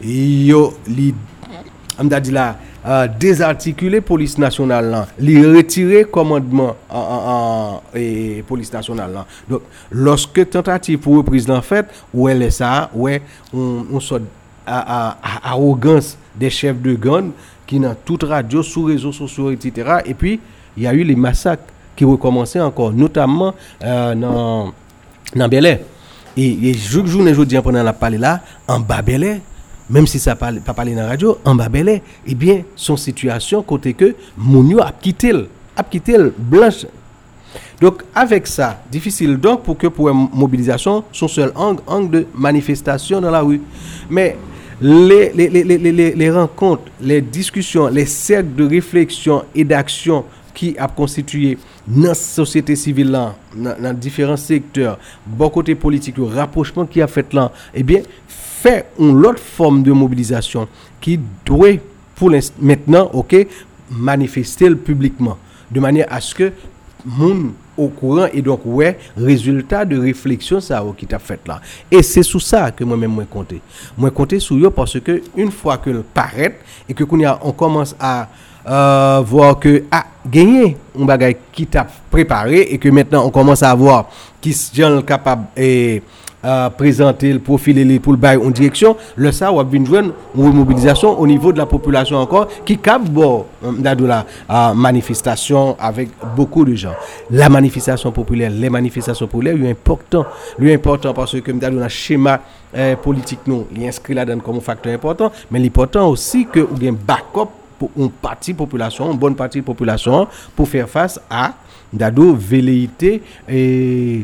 Yo li amda dit là Uh, désarticuler police nationale là, li retirer commandement en, en, en et police nationale là. Donc lorsque tentative pour reprise en fait, où elle est ça, ouais, on on sort à, à, à arrogance des chefs de gang qui dans toute radio, sous réseaux sociaux et cetera. Et puis il y a eu les massacres qui recommençaient encore, notamment euh, dans dans Bel-Air. Et et journée aujourd'hui pendant la parler là en bas Bel-Air. Même si ça parle pas parler dans la radio en bas Bel-Air, eh bien son situation côté que moun yo a quitté a quitté blanche. Donc avec ça difficile donc pour que pour une mobilisation son seul angle angle de manifestation dans la rue. Mais les les les les les, les rencontres, les discussions, les cercles de réflexion et d'action qui a constitué dans la société civile là, dans, dans différents secteurs, bon côté politique, le rapprochement qui a fait là, eh bien fait une autre forme de mobilisation qui doit pour maintenant OK manifester publiquement de manière à ce que monde au courant et donc ouais résultat de réflexion ça qui t'a fait là et c'est sous ça que moi même moi compter moi compter sur eux parce que une fois que le paraît et que qu'on y a on commence à euh, voir que ah gagner un bagage qui t'a préparé et que maintenant on commence à voir qui sont capable et Euh, présenter le profil et pour le bail en direction le ça ou bien joindre une mobilisation au niveau de la population encore qui cap bon de la euh, manifestation avec beaucoup de gens. La manifestation populaire, les manifestations populaires est important, lui important parce que dans le schéma euh, politique nous, il est inscrit là-dedans comme un facteur important, mais l'important aussi que ou bien backup pour une partie population, une bonne partie de population pour faire face à d'ado velléité et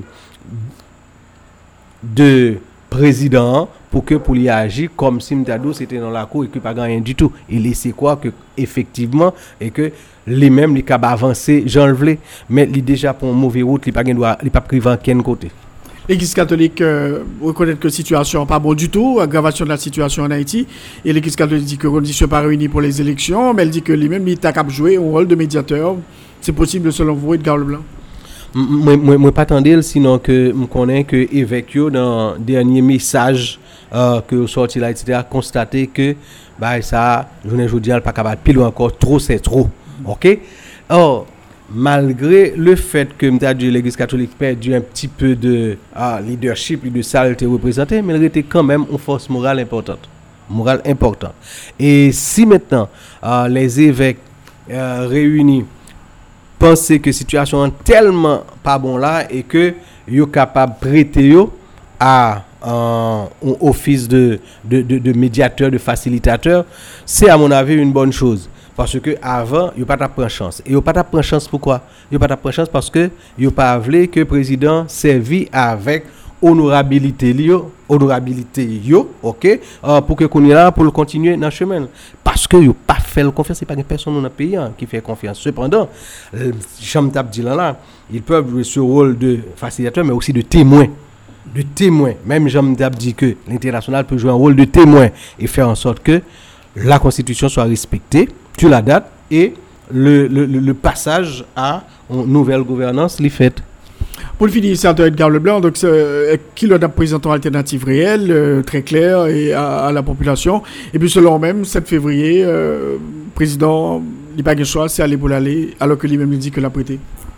de président pour que pour y agir comme si Mdado c'était dans la cour et que pas rien du tout et laisser quoi que effectivement et que les mêmes les cap avancer Jean le mais il déjà pour une mauvaise route il pas doit il pas privé en quel côté. L'Église catholique euh, reconnaît que la situation n'est pas bonne du tout, aggravation de la situation en Haïti. Et l'Église catholique dit que les conditions pas réunies pour les élections, mais elle dit que lui-même, il a qu'à jouer un rôle de médiateur. C'est possible selon vous, Edgar Leblanc? Moi, moi, moi, pas attendre, sinon que je connais que évêque dans dernier message euh, que sorti là, et cetera, constaté que bah ça, je ne vous dis pas capable pile encore trop, c'est trop, ok. Or malgré le fait que l'Église catholique perdu un petit peu de ah, leadership, de saleté représentée, mais elle était quand même une force morale importante, morale importante. Et si maintenant euh, les évêques euh, réunis penser que situation est tellement pas bon là et que yo capable prêter yo à un office de de, de de médiateur, de facilitateur, c'est à mon avis une bonne chose parce que avant yo pas t'a prendre chance et yo pas t'a prendre chance pourquoi yo pas t'a prendre chance parce que yo pas voulu que président servi avec honorabilité yo honorabilité yo OK euh, pour que qu'on y là pour le continuer dans chemin parce que yo pas fait confiance c'est pas une personne dans le pays hein, qui fait confiance cependant Jean t'a dit là là ils peuvent jouer ce rôle de facilitateur mais aussi de témoin de témoin même Jean t'a dit que l'international peut jouer un rôle de témoin et faire en sorte que la constitution soit respectée sur la date et le le, le, le passage à une nouvelle gouvernance l'est fait. Pour le finir, sénateur Edgar Leblanc, donc euh, qui leur présente une alternative réelle, euh, très claire et à, à la population. Et puis selon même, sept février, euh, président, il n'a pas de choix, c'est aller pour l'aller, alors que lui-même dit que l'a prêté.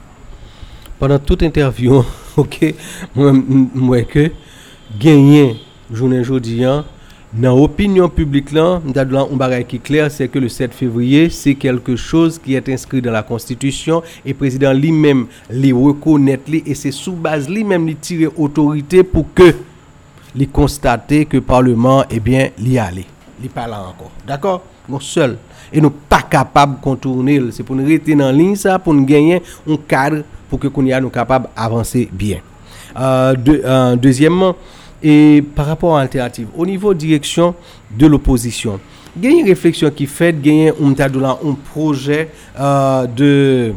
Pendant toute interview, ok, moi, moi que gagner journée aujourd'hui, dans l'opinion publique, là, un bagage qui est clair, c'est que le sept février, c'est quelque chose qui est inscrit dans la Constitution et le président lui-même les reconnaît et c'est sous base lui-même il tire autorité pour que il constate que le Parlement eh bien l'y aller, il pas là encore. D'accord? Nous seul et nous pas capable de contourner, c'est pour nous rester dans ligne ça pour nous gagner un cadre pour que nous soyons capables d'avancer bien. Euh, de, euh, deuxièmement, et par rapport à l'alternative, au niveau direction de l'opposition, il y a une réflexion qui fait gagner un, un projet euh, de,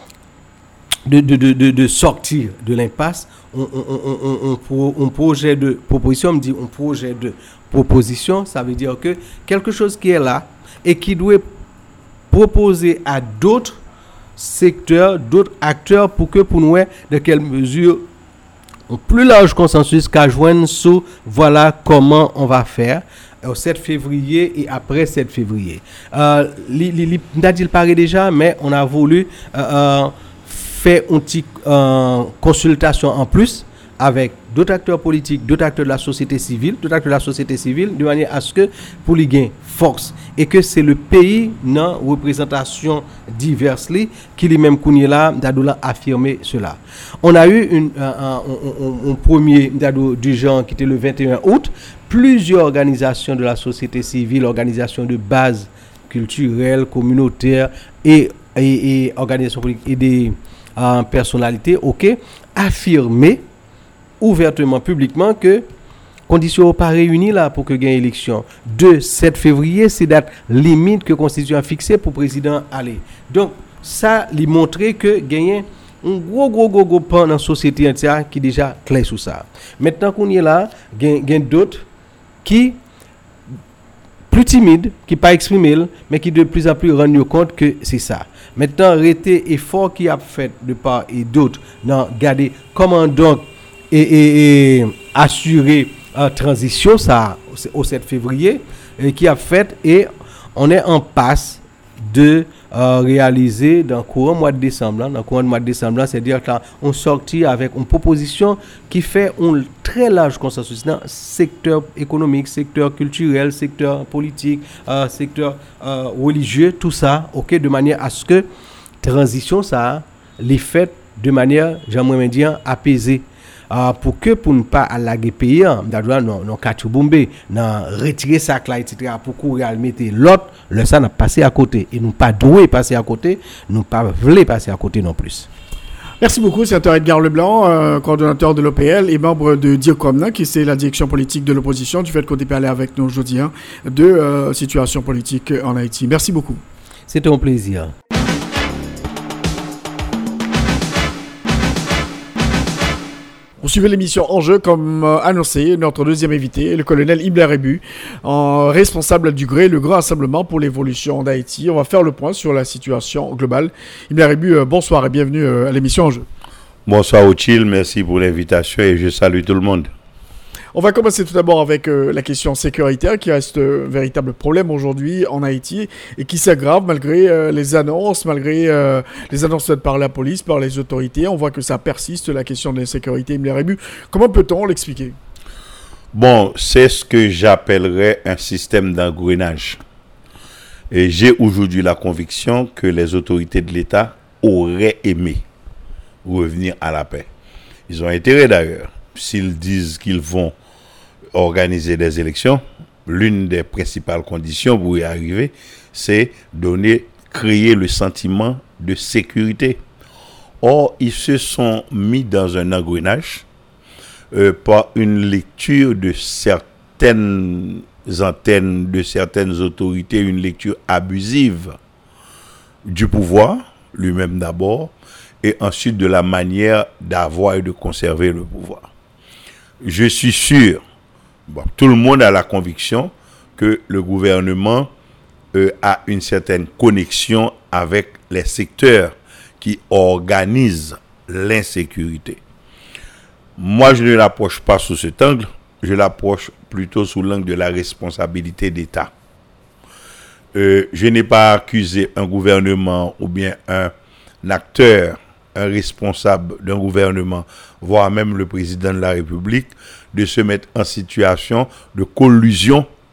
de, de, de, de, de sortir de l'impasse, un, un, un, un, un projet de proposition, on me dit un projet de proposition, ça veut dire que quelque chose qui est là et qui doit proposer à d'autres secteurs, d'autres acteurs pour que pour nous, de quelle mesure un plus large consensus qu'à joindre sur voilà comment on va faire au sept février et après sept février. Euh, li, li, li, il paraît déjà, mais on a voulu euh, euh, faire une petite euh, consultation en plus avec d'autres acteurs politiques, d'autres acteurs de la société civile, d'autres acteurs de la société civile, de manière à ce que pour les gains force et que c'est le pays dans représentation diverses qui lui-même connaît là d'adoula affirmer cela. On a eu une, un, un, un, un premier d'ado du genre qui était le vingt et un août, plusieurs organisations de la société civile, organisations de base culturelle, communautaire et, et, et organisations politiques et des euh, personnalités, ok, affirmer ouvertement, publiquement que conditions pas réunies là pour que gagne élection. De sept février, c'est date limite que Constitution a fixée pour président aller. Donc ça lui montrer que gagne un gros gros gros gros pan dans la société entière qui déjà clair sur ça. Maintenant qu'on y est là, gagne gagne d'autres qui plus timides, qui pas exprimé mais qui de plus en plus rendent compte que c'est ça. Maintenant arrêter effort qui a fait de part et d'autres non garder comment donc et, et, et assurer la euh, transition ça au sept février et qui a fait et on est en passe de euh, réaliser dans le courant mois de décembre, dans le courant mois de décembre, c'est-à-dire qu'on sortit avec une proposition qui fait un très large consensus dans le secteur économique, secteur culturel, secteur politique, euh, secteur euh, religieux, tout ça, ok, de manière à ce que transition ça les fait de manière, j'aimerais dire, apaisée. Uh, pour que pour ne pas allaguer pays d'ailleurs non non Kachubumbe non retirer ça là etc pour courir mettre l'autre le ça n'a passé à côté et nous pas doué passer à côté nous pas voulait passer à côté non plus. Merci beaucoup, sénateur Edgar Leblanc, euh, coordonnateur de l'O P L et membre de DIRCOM, qui c'est la direction politique de l'opposition, du fait qu'on ait parlé avec nous aujourd'hui hein, de euh, situation politique en Haïti. Merci beaucoup. C'était un plaisir. Vous suivez l'émission Enjeu comme euh, annoncé, notre deuxième invité, le colonel Himbler Ebu, en responsable du G R E, le Grand Rassemblement pour l'évolution d'Haïti. On va faire le point sur la situation globale. Himbler Ebu, euh, bonsoir et bienvenue euh, à l'émission Enjeu. Bonsoir Ochil, merci pour l'invitation et je salue tout le monde. On va commencer tout d'abord avec euh, la question sécuritaire qui reste un euh, véritable problème aujourd'hui en Haïti et qui s'aggrave malgré euh, les annonces, malgré euh, les annonces faites par la police, par les autorités. On voit que ça persiste, la question de l'insécurité. Comment peut-on l'expliquer? Bon, c'est ce que j'appellerais un système d'engrenage. Et j'ai aujourd'hui la conviction que les autorités de l'État auraient aimé revenir à la paix. Ils ont intérêt d'ailleurs. S'ils disent qu'ils vont organiser des élections, l'une des principales conditions pour y arriver, c'est donner, créer le sentiment de sécurité. Or, ils se sont mis dans un engrenage euh, par une lecture de certaines antennes, de certaines autorités, une lecture abusive du pouvoir, lui-même d'abord, et ensuite de la manière d'avoir et de conserver le pouvoir. Je suis sûr, bon, tout le monde a la conviction que le gouvernement euh, a une certaine connexion avec les secteurs qui organisent l'insécurité. Moi, je ne l'approche pas sous cet angle, je l'approche plutôt sous l'angle de la responsabilité d'État. Euh, je n'ai pas accusé un gouvernement ou bien un, un acteur, un responsable d'un gouvernement, voire même le président de la République, de se mettre en situation de collusion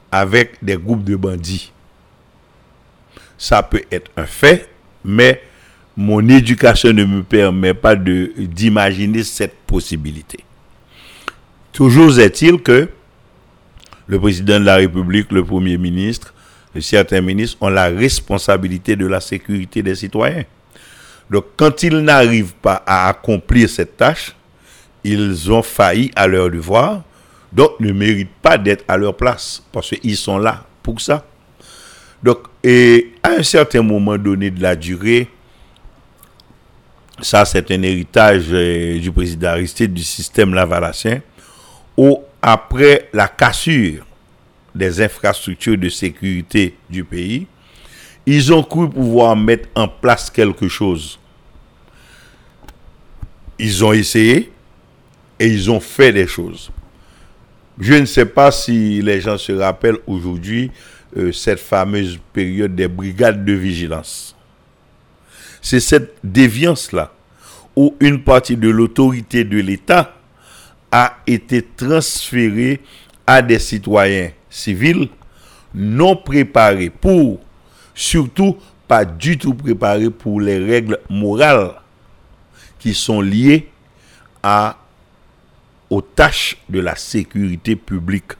avec des groupes de bandits. Ça peut être un fait, mais mon éducation ne me permet pas de, d'imaginer cette possibilité. Toujours est-il que le président de la République, le Premier ministre, et certains ministres ont la responsabilité de la sécurité des citoyens. Donc, quand ils n'arrivent pas à accomplir cette tâche, ils ont failli à leur devoir, donc ne méritent pas d'être à leur place, parce qu'ils sont là pour ça. Donc, et à un certain moment donné de la durée, ça c'est un héritage euh, du président Aristide du système lavalassien, où après la cassure des infrastructures de sécurité du pays, ils ont cru pouvoir mettre en place quelque chose. Ils ont essayé et ils ont fait des choses. Je ne sais pas si les gens se rappellent aujourd'hui euh, cette fameuse période des brigades de vigilance. C'est cette déviance-là où une partie de l'autorité de l'État a été transférée à des citoyens civils non préparés pour, surtout pas du tout préparés pour les règles morales qui sont liées à, aux tâches de la sécurité publique.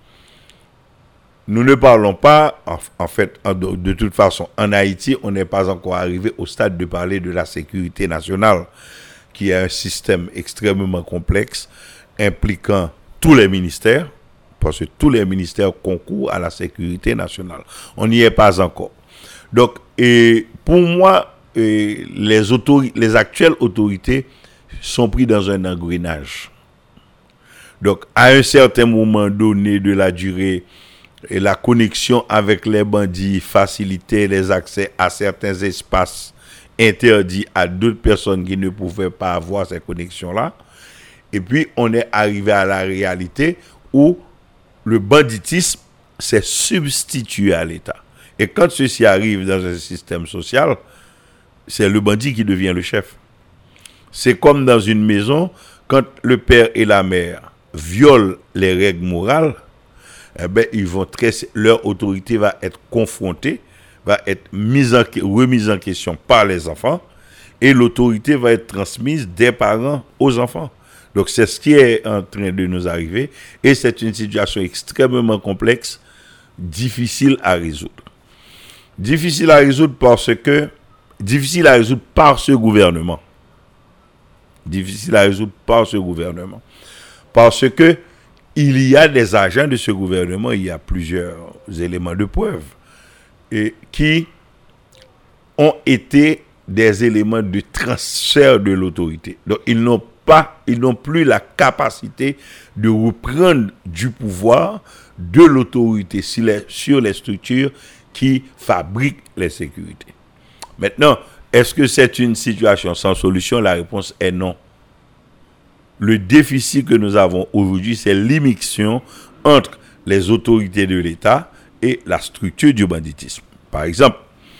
Nous ne parlons pas, en, en fait, en, de, de toute façon, en Haïti, on n'est pas encore arrivé au stade de parler de la sécurité nationale, qui est un système extrêmement complexe, impliquant tous les ministères, parce que tous les ministères concourent à la sécurité nationale. On n'y est pas encore. Donc, et pour moi, et les, autori- les actuelles autorités sont pris dans un engrenage. Donc, à un certain moment donné de la durée, et la connexion avec les bandits facilitait les accès à certains espaces interdits à d'autres personnes qui ne pouvaient pas avoir ces connexions-là. Et puis, on est arrivé à la réalité où le banditisme s'est substitué à l'État. Et quand ceci arrive dans un système social, c'est le bandit qui devient le chef. C'est comme dans une maison, quand le père et la mère violent les règles morales, eh ben, ils vont très, leur autorité va être confrontée, va être mise en, remise en question par les enfants, et l'autorité va être transmise des parents aux enfants. Donc c'est ce qui est en train de nous arriver, et c'est une situation extrêmement complexe, difficile à résoudre. Difficile à résoudre parce que, difficile à résoudre par ce gouvernement. Difficile à résoudre par ce gouvernement. Parce que il y a des agents de ce gouvernement, il y a plusieurs éléments de preuve, et qui ont été des éléments de transfert de l'autorité. Donc, ils n'ont pas, ils n'ont plus la capacité de reprendre du pouvoir de l'autorité sur les, sur les structures qui fabriquent les sécurités. Maintenant, est-ce que c'est une situation sans solution? La réponse est non. Le déficit que nous avons aujourd'hui, c'est l'immixtion entre les autorités de l'État et la structure du banditisme. Par exemple,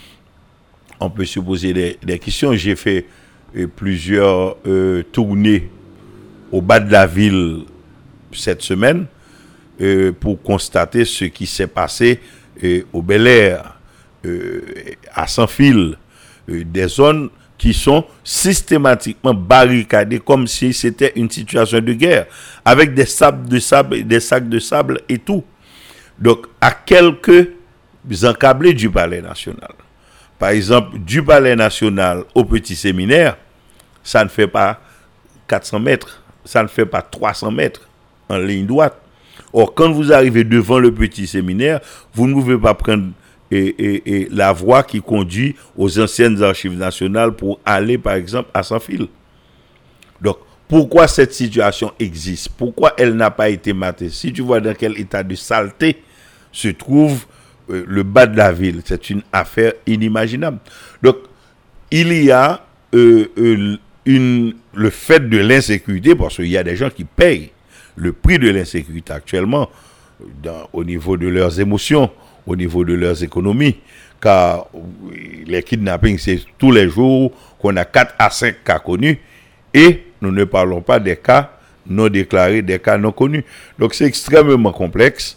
on peut se poser des, des questions. J'ai fait euh, plusieurs euh, tournées au bas de la ville cette semaine euh, pour constater ce qui s'est passé euh, au Bel-Air, euh, à Saint-Fil, euh, des zones qui sont systématiquement barricadés comme si c'était une situation de guerre, avec des sables de sable, des sacs de sable et tout. Donc, à quelques encablés du Palais National. Par exemple, du Palais National au Petit Séminaire, ça ne fait pas quatre cents mètres, ça ne fait pas trois cents mètres en ligne droite. Or, quand vous arrivez devant le Petit Séminaire, vous ne pouvez pas prendre Et, et, et la voie qui conduit aux anciennes archives nationales pour aller, par exemple, à Saint-Fil. Donc, pourquoi cette situation existe? Pourquoi elle n'a pas été matée? Si tu vois dans quel état de saleté se trouve euh, le bas de la ville, c'est une affaire inimaginable. Donc, il y a euh, euh, une, le fait de l'insécurité, parce qu'il y a des gens qui payent le prix de l'insécurité actuellement dans, au niveau de leurs émotions, au niveau de leurs économies, car les kidnappings, c'est tous les jours qu'on a quatre à cinq cas connus, et nous ne parlons pas des cas non déclarés, des cas non connus. Donc c'est extrêmement complexe,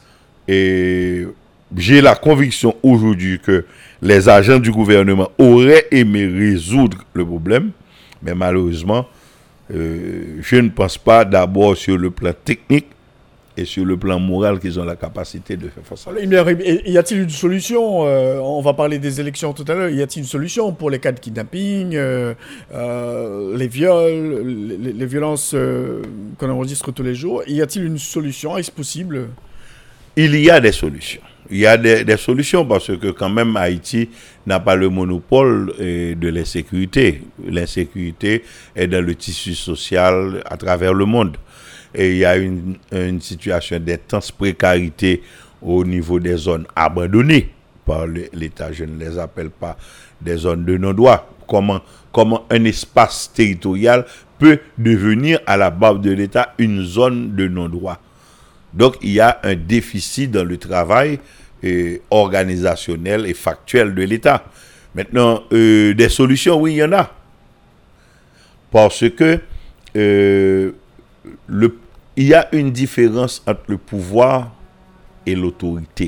Et j'ai la conviction aujourd'hui que les agents du gouvernement auraient aimé résoudre le problème, mais malheureusement, euh, je ne pense pas d'abord sur le plan technique et sur le plan moral qu'ils ont la capacité de faire face à ça. Y a-t-il une solution euh, on va parler des élections tout à l'heure. Y a-t-il une solution pour les cas de kidnapping, euh, euh, les viols, les, les violences euh, qu'on enregistre tous les jours? Y a-t-il une solution? Est-ce possible? Il y a des solutions. Il y a des, des solutions parce que quand même Haïti n'a pas le monopole euh, de l'insécurité. L'insécurité est dans le tissu social à travers le monde. Et il y a une, une situation d'intense précarité au niveau des zones abandonnées par le, l'État. Je ne les appelle pas des zones de non-droit. Comment, comment un espace territorial peut devenir à la barbe de l'État une zone de non-droit? Donc il y a un déficit dans le travail euh, organisationnel et factuel de l'État. Maintenant, euh, des solutions, oui, il y en a. Parce que euh, le il y a une différence entre le pouvoir et l'autorité.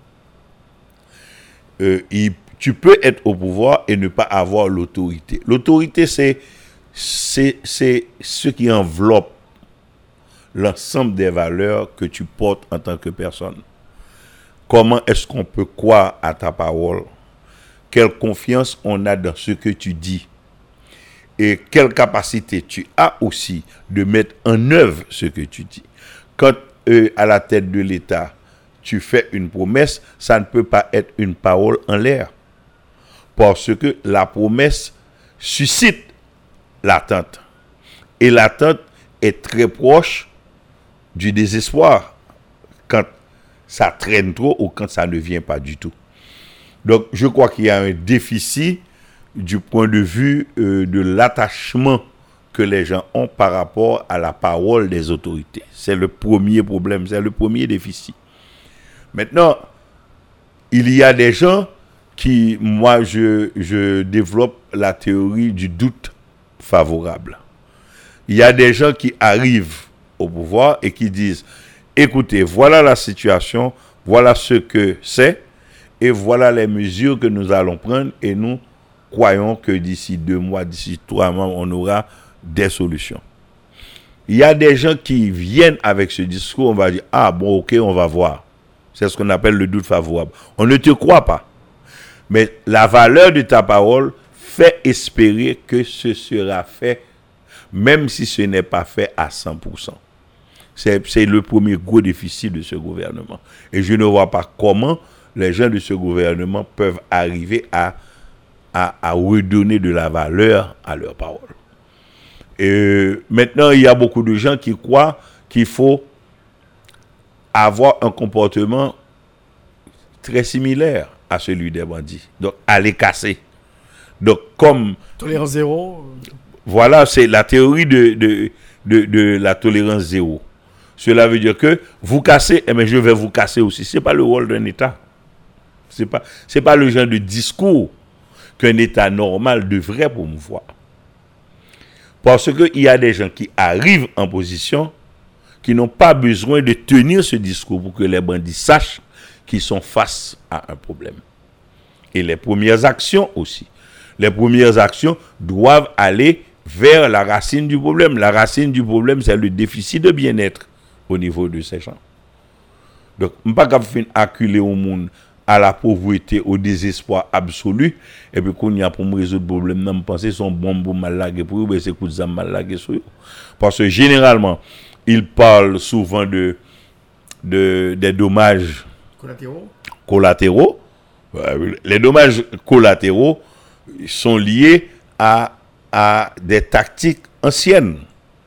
Euh, il, tu peux être au pouvoir et ne pas avoir l'autorité. L'autorité, c'est, c'est, c'est ce qui enveloppe l'ensemble des valeurs que tu portes en tant que personne. Comment est-ce qu'on peut croire à ta parole? Quelle confiance on a dans ce que tu dis? Et quelle capacité tu as aussi de mettre en œuvre ce que tu dis. Quand euh, à la tête de l'État, tu fais une promesse, ça ne peut pas être une parole en l'air. Parce que la promesse suscite l'attente. Et l'attente est très proche du désespoir quand ça traîne trop ou quand ça ne vient pas du tout. Donc, je crois qu'il y a un déficit du point de vue euh, de l'attachement que les gens ont par rapport à la parole des autorités. C'est le premier problème, c'est le premier déficit. Maintenant, il y a des gens qui, moi, je, je développe la théorie du doute favorable. Il y a des gens qui arrivent au pouvoir et qui disent, écoutez, voilà la situation, voilà ce que c'est, et voilà les mesures que nous allons prendre, et nous croyons que d'ici deux mois, d'ici trois mois, on aura des solutions. Il y a des gens qui viennent avec ce discours, on va dire, ah bon, ok, on va voir. C'est ce qu'on appelle le doute favorable. On ne te croit pas. Mais la valeur de ta parole fait espérer que ce sera fait, même si ce n'est pas fait à cent pour cent. C'est, c'est le premier gros déficit de ce gouvernement. Et je ne vois pas comment les gens de ce gouvernement peuvent arriver à À, à redonner de la valeur à leur parole. Et maintenant, il y a beaucoup de gens qui croient qu'il faut avoir un comportement très similaire à celui des bandits. Donc, aller casser. Donc, comme... Tolérance zéro. Voilà, c'est la théorie de, de, de, de la tolérance zéro. Cela veut dire que vous cassez, eh bien, je vais vous casser aussi. Ce n'est pas le rôle d'un État. Ce n'est pas, c'est pas le genre de discours qu'un État normal devrait promouvoir. Parce qu'il y a des gens qui arrivent en position qui n'ont pas besoin de tenir ce discours pour que les bandits sachent qu'ils sont face à un problème. Et les premières actions aussi. Les premières actions doivent aller vers la racine du problème. La racine du problème, c'est le déficit de bien-être au niveau de ces gens. Donc, on ne peut pas faire acculer au monde à la pauvreté, au désespoir absolu, et puis qu'on y a pour me résoudre le problème, non, penser son bombe mal lagué pour eux, c'est coup de mal lagué sur eux. Parce que généralement, ils parlent souvent de, de des dommages collatéraux. collatéraux. Les dommages collatéraux sont liés à, à des tactiques anciennes.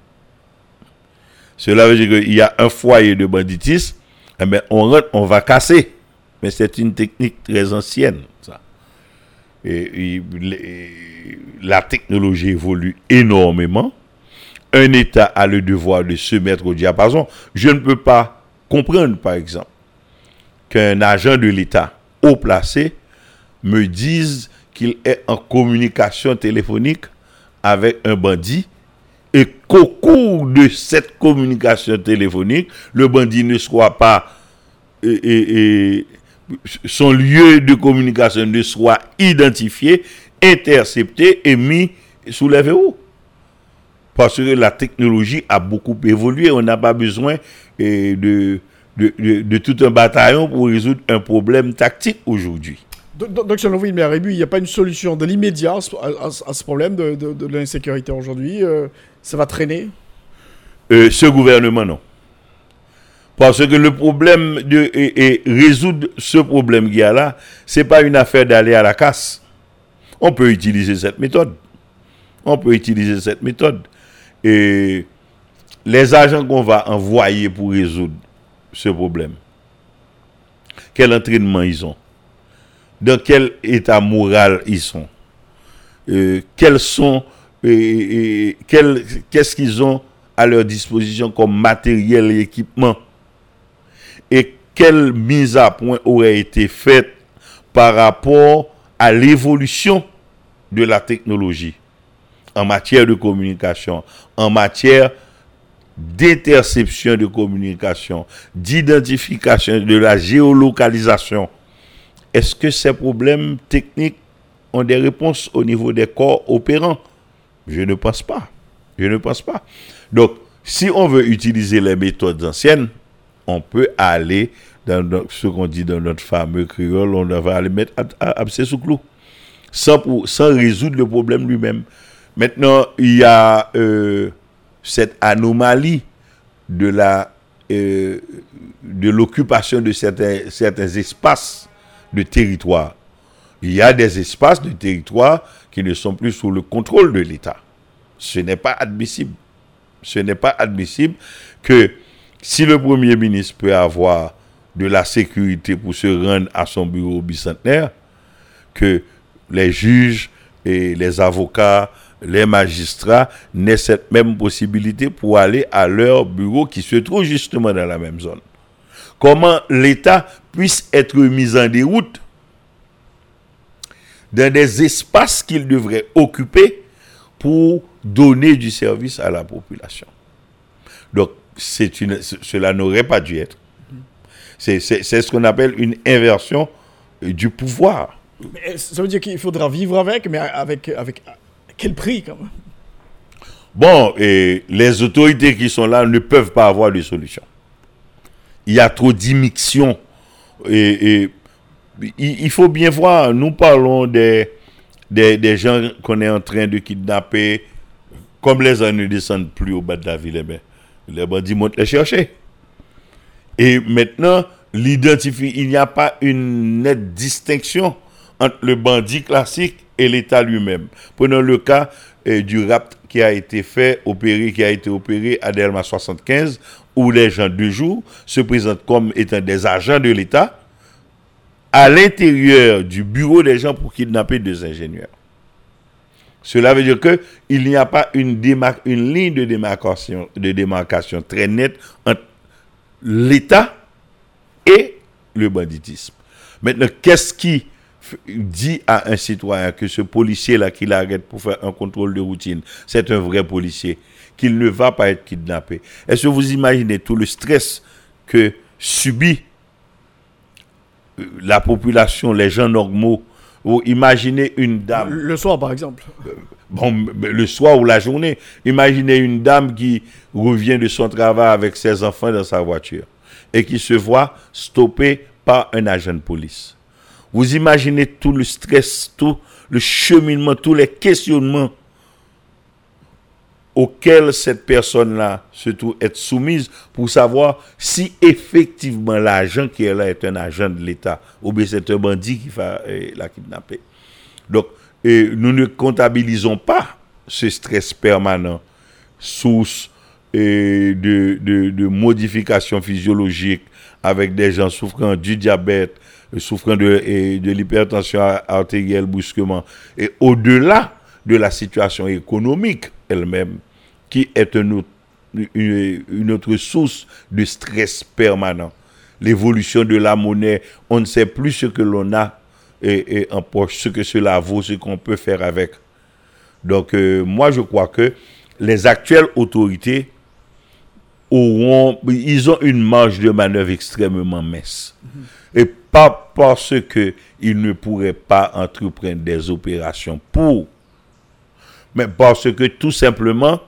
Cela veut dire qu'il y a un foyer de banditisme, eh bien, on rentre, on va casser. Mais c'est une technique très ancienne, ça. Et, et, et la technologie évolue énormément. Un État a le devoir de se mettre au diapason. Je ne peux pas comprendre, par exemple, qu'un agent de l'État haut placé me dise qu'il est en communication téléphonique avec un bandit et qu'au cours de cette communication téléphonique, le bandit ne soit pas et, et, et son lieu de communication ne soit identifié, intercepté et mis sous les verrous. Parce que la technologie a beaucoup évolué. On n'a pas besoin eh, de, de, de, de tout un bataillon pour résoudre un problème tactique aujourd'hui. Donc, donc selon vous, il n'y a pas une solution de l'immédiat à, à, à ce problème de, de, de l'insécurité aujourd'hui. Euh, ça va traîner euh, Ce gouvernement, non. Parce que le problème de et, et résoudre ce problème qu'il y a là, c'est pas une affaire d'aller à la casse. On peut utiliser cette méthode. On peut utiliser cette méthode. Et les agents qu'on va envoyer pour résoudre ce problème, quel entraînement ils ont, dans quel état moral ils sont, euh, quels sont, euh, euh, quel, qu'est-ce qu'ils ont à leur disposition comme matériel et équipement, et quelle mise à point aurait été faite par rapport à l'évolution de la technologie en matière de communication, en matière d'interception de communication, d'identification de la géolocalisation. Est-ce que ces problèmes techniques ont des réponses au niveau des corps opérants? Je ne pense pas. Je ne pense pas. Donc, si on veut utiliser les méthodes anciennes, on peut aller dans notre, ce qu'on dit dans notre fameux créole, on va aller mettre à abcès sous clou, sans, pour, sans résoudre le problème lui-même. Maintenant, il y a euh, cette anomalie de la euh, de l'occupation de certains, certains espaces de territoire. Il y a des espaces de territoire qui ne sont plus sous le contrôle de l'État. Ce n'est pas admissible. Ce n'est pas admissible que si le Premier ministre peut avoir de la sécurité pour se rendre à son bureau bicentenaire, que les juges et les avocats, les magistrats n'aient cette même possibilité pour aller à leur bureau qui se trouve justement dans la même zone. Comment l'État puisse être mis en déroute dans des espaces qu'il devrait occuper pour donner du service à la population. Donc, c'est une, cela n'aurait pas dû être. C'est, c'est, c'est ce qu'on appelle une inversion du pouvoir. Mais ça veut dire qu'il faudra vivre avec, mais avec, avec quel prix quand même? Bon, et les autorités qui sont là ne peuvent pas avoir de solution. Il y a trop d'immixtion. Et, et il, il faut bien voir, nous parlons des, des, des gens qu'on est en train de kidnapper, comme les gens ne descendent plus au bas de la ville, eh bien, les bandits montent les chercher. Et maintenant, l'identifie, il n'y a pas une nette distinction entre le bandit classique et l'État lui-même. Prenons le cas euh, du rapt qui a été fait, opéré, qui a été opéré à Delma soixante-quinze, où les gens de jour se présentent comme étant des agents de l'État à l'intérieur du bureau des gens pour kidnapper deux ingénieurs. Cela veut dire qu'il n'y a pas une, démar- une ligne de démarcation, de démarcation très nette entre l'État et le banditisme. Maintenant, qu'est-ce qui dit à un citoyen que ce policier-là qui l'arrête pour faire un contrôle de routine, c'est un vrai policier, qu'il ne va pas être kidnappé? Est-ce que vous imaginez tout le stress que subit la population, les gens normaux? Ou imaginez une dame... Le soir, par exemple. Bon, le soir ou la journée. Imaginez une dame qui revient de son travail avec ses enfants dans sa voiture et qui se voit stoppée par un agent de police. Vous imaginez tout le stress, tout le cheminement, tous les questionnements auxquels cette personne-là se trouve être soumise pour savoir si effectivement l'agent qui est là est un agent de l'État ou bien c'est un bandit qui va eh, la kidnapper. Donc, eh, nous ne comptabilisons pas ce stress permanent, source eh, de, de, de modifications physiologiques avec des gens souffrant du diabète, souffrant de, eh, de l'hypertension artérielle brusquement, et au-delà de la situation économique elle-même, qui est un autre, une, une autre source de stress permanent. L'évolution de la monnaie, on ne sait plus ce que l'on a et, et en poche, ce que cela vaut, ce qu'on peut faire avec. Donc, euh, moi, je crois que les actuelles autorités auront, ils ont une marge de manœuvre extrêmement mince. Mm-hmm. Et pas parce que ils ne pourraient pas entreprendre des opérations pour, mais parce que tout simplement,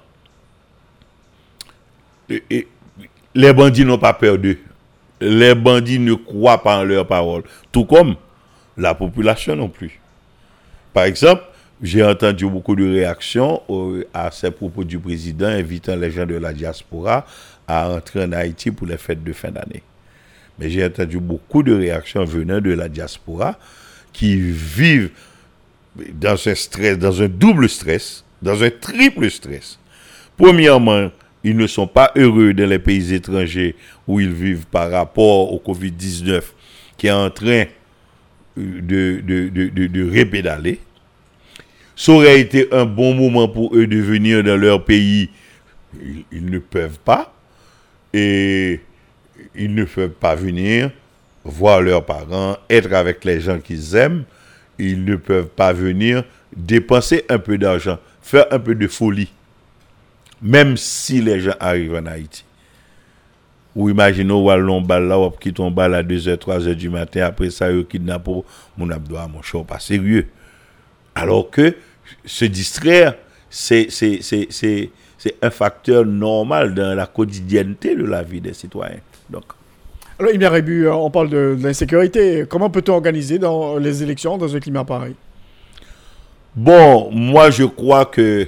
les bandits n'ont pas peur d'eux. Les bandits ne croient pas en leurs paroles. Tout comme la population non plus. Par exemple, j'ai entendu beaucoup de réactions au, à ces propos du président invitant les gens de la diaspora à entrer en Haïti pour les fêtes de fin d'année. Mais j'ai entendu beaucoup de réactions venant de la diaspora qui vivent dans un stress, dans un double stress, dans un triple stress. Premièrement, ils ne sont pas heureux dans les pays étrangers où ils vivent par rapport au covid dix-neuf qui est en train de, de, de, de, de répédaler. Ça aurait été un bon moment pour eux de venir dans leur pays. Ils, ils ne peuvent pas. Et ils ne peuvent pas venir voir leurs parents, être avec les gens qu'ils aiment. Ils ne peuvent pas venir dépenser un peu d'argent, faire un peu de folie. Même si les gens arrivent en Haïti. Ou imaginons, ou allons bal là, ou qui tombe bal à deux heures, trois heures du matin, après ça, ils kidnappent mon abdoua, mon show, pas sérieux. Alors que se distraire, c'est, c'est, c'est, c'est, c'est un facteur normal dans la quotidienneté de la vie des citoyens. Donc. Alors, Imia Rebu, on parle de, de l'insécurité. Comment peut-on organiser dans les élections dans un climat pareil? Bon, moi, je crois que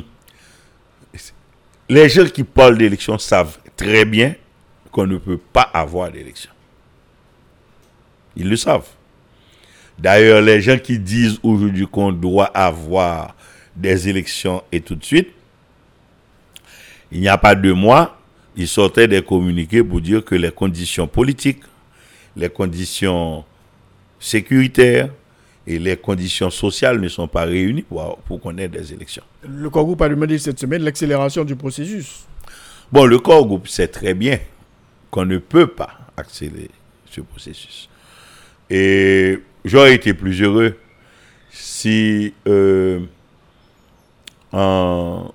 les gens qui parlent d'élections savent très bien qu'on ne peut pas avoir d'élections. Ils le savent. D'ailleurs, les gens qui disent aujourd'hui qu'on doit avoir des élections et tout de suite, il n'y a pas deux mois, ils sortaient des communiqués pour dire que les conditions politiques, les conditions sécuritaires et les conditions sociales ne sont pas réunies pour, pour qu'on ait des élections. Le corps groupe a demandé cette semaine l'accélération du processus. Bon, le corps groupe sait très bien qu'on ne peut pas accélérer ce processus. Et j'aurais été plus heureux si euh, en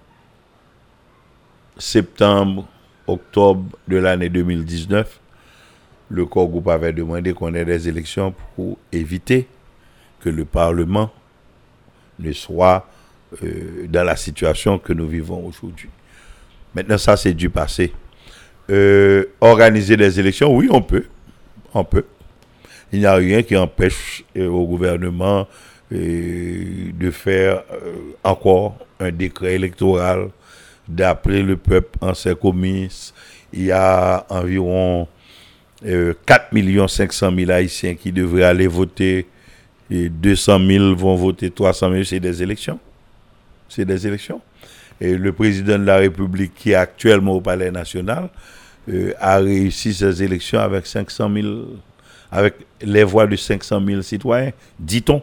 septembre, octobre de l'année deux mille dix-neuf, le corps groupe avait demandé qu'on ait des élections pour éviter que le Parlement ne soit euh, dans la situation que nous vivons aujourd'hui. Maintenant, ça, c'est du passé. Euh, organiser des élections, oui, on peut. On peut. Il n'y a rien qui empêche euh, au gouvernement euh, de faire euh, encore un décret électoral, d'appeler le peuple en ses comices. Il y a environ euh, quatre millions cinq cent mille Haïtiens qui devraient aller voter. Et deux cent mille vont voter, trois cent mille, c'est des élections. C'est des élections. Et le président de la République, qui est actuellement au Palais national, euh, a réussi ces élections avec cinq cent mille, avec les voix de cinq cent mille citoyens, dit-on,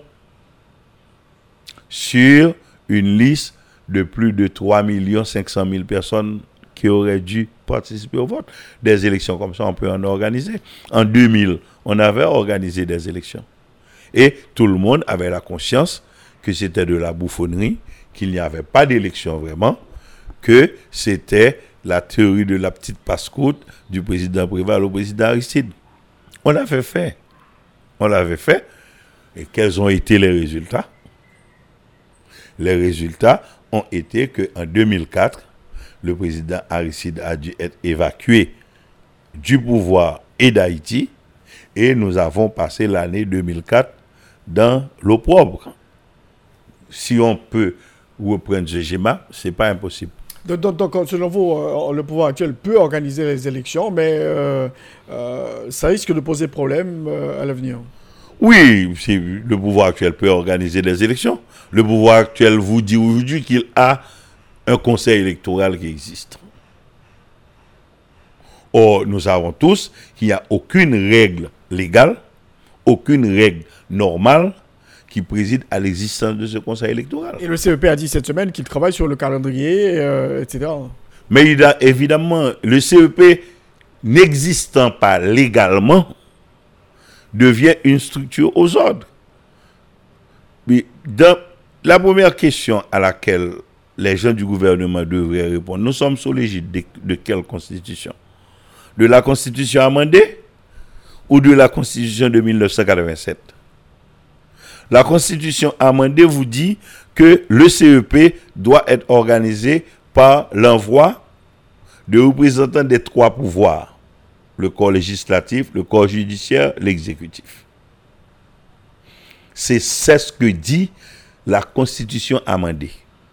sur une liste de plus de trois millions cinq cent mille personnes qui auraient dû participer au vote. Des élections comme ça, on peut en organiser. En deux mille, on avait organisé des élections. Et tout le monde avait la conscience que c'était de la bouffonnerie, qu'il n'y avait pas d'élection vraiment, que c'était la théorie de la petite passe-croûte du président Préval au président Aristide. On l'avait fait. On l'avait fait. Et quels ont été les résultats? Les résultats ont été qu'en deux mille quatre, le président Aristide a dû être évacué du pouvoir et d'Haïti, et nous avons passé l'année deux mille quatre dans l'opprobre. Si on peut reprendre ce schéma, ce n'est pas impossible. Donc, donc, donc, selon vous, euh, le pouvoir actuel peut organiser les élections, mais euh, euh, ça risque de poser problème euh, à l'avenir. Oui, c'est, le pouvoir actuel peut organiser des élections. Le pouvoir actuel vous dit aujourd'hui qu'il a un conseil électoral qui existe. Or, nous savons tous qu'il n'y a aucune règle légale, aucune règle normale qui préside à l'existence de ce conseil électoral. Et le C E P a dit cette semaine qu'il travaille sur le calendrier, euh, et cetera. Mais il a, évidemment, le C E P n'existant pas légalement devient une structure aux ordres. Mais dans la première question à laquelle les gens du gouvernement devraient répondre. Nous sommes sous l'égide de, de quelle constitution? De la constitution amendée ou de la constitution de mille neuf cent quatre-vingt-sept? La constitution amendée vous dit que le C E P doit être organisé par l'envoi de représentants des trois pouvoirs, le corps législatif, le corps judiciaire, l'exécutif. C'est, c'est ce que dit la constitution amendée.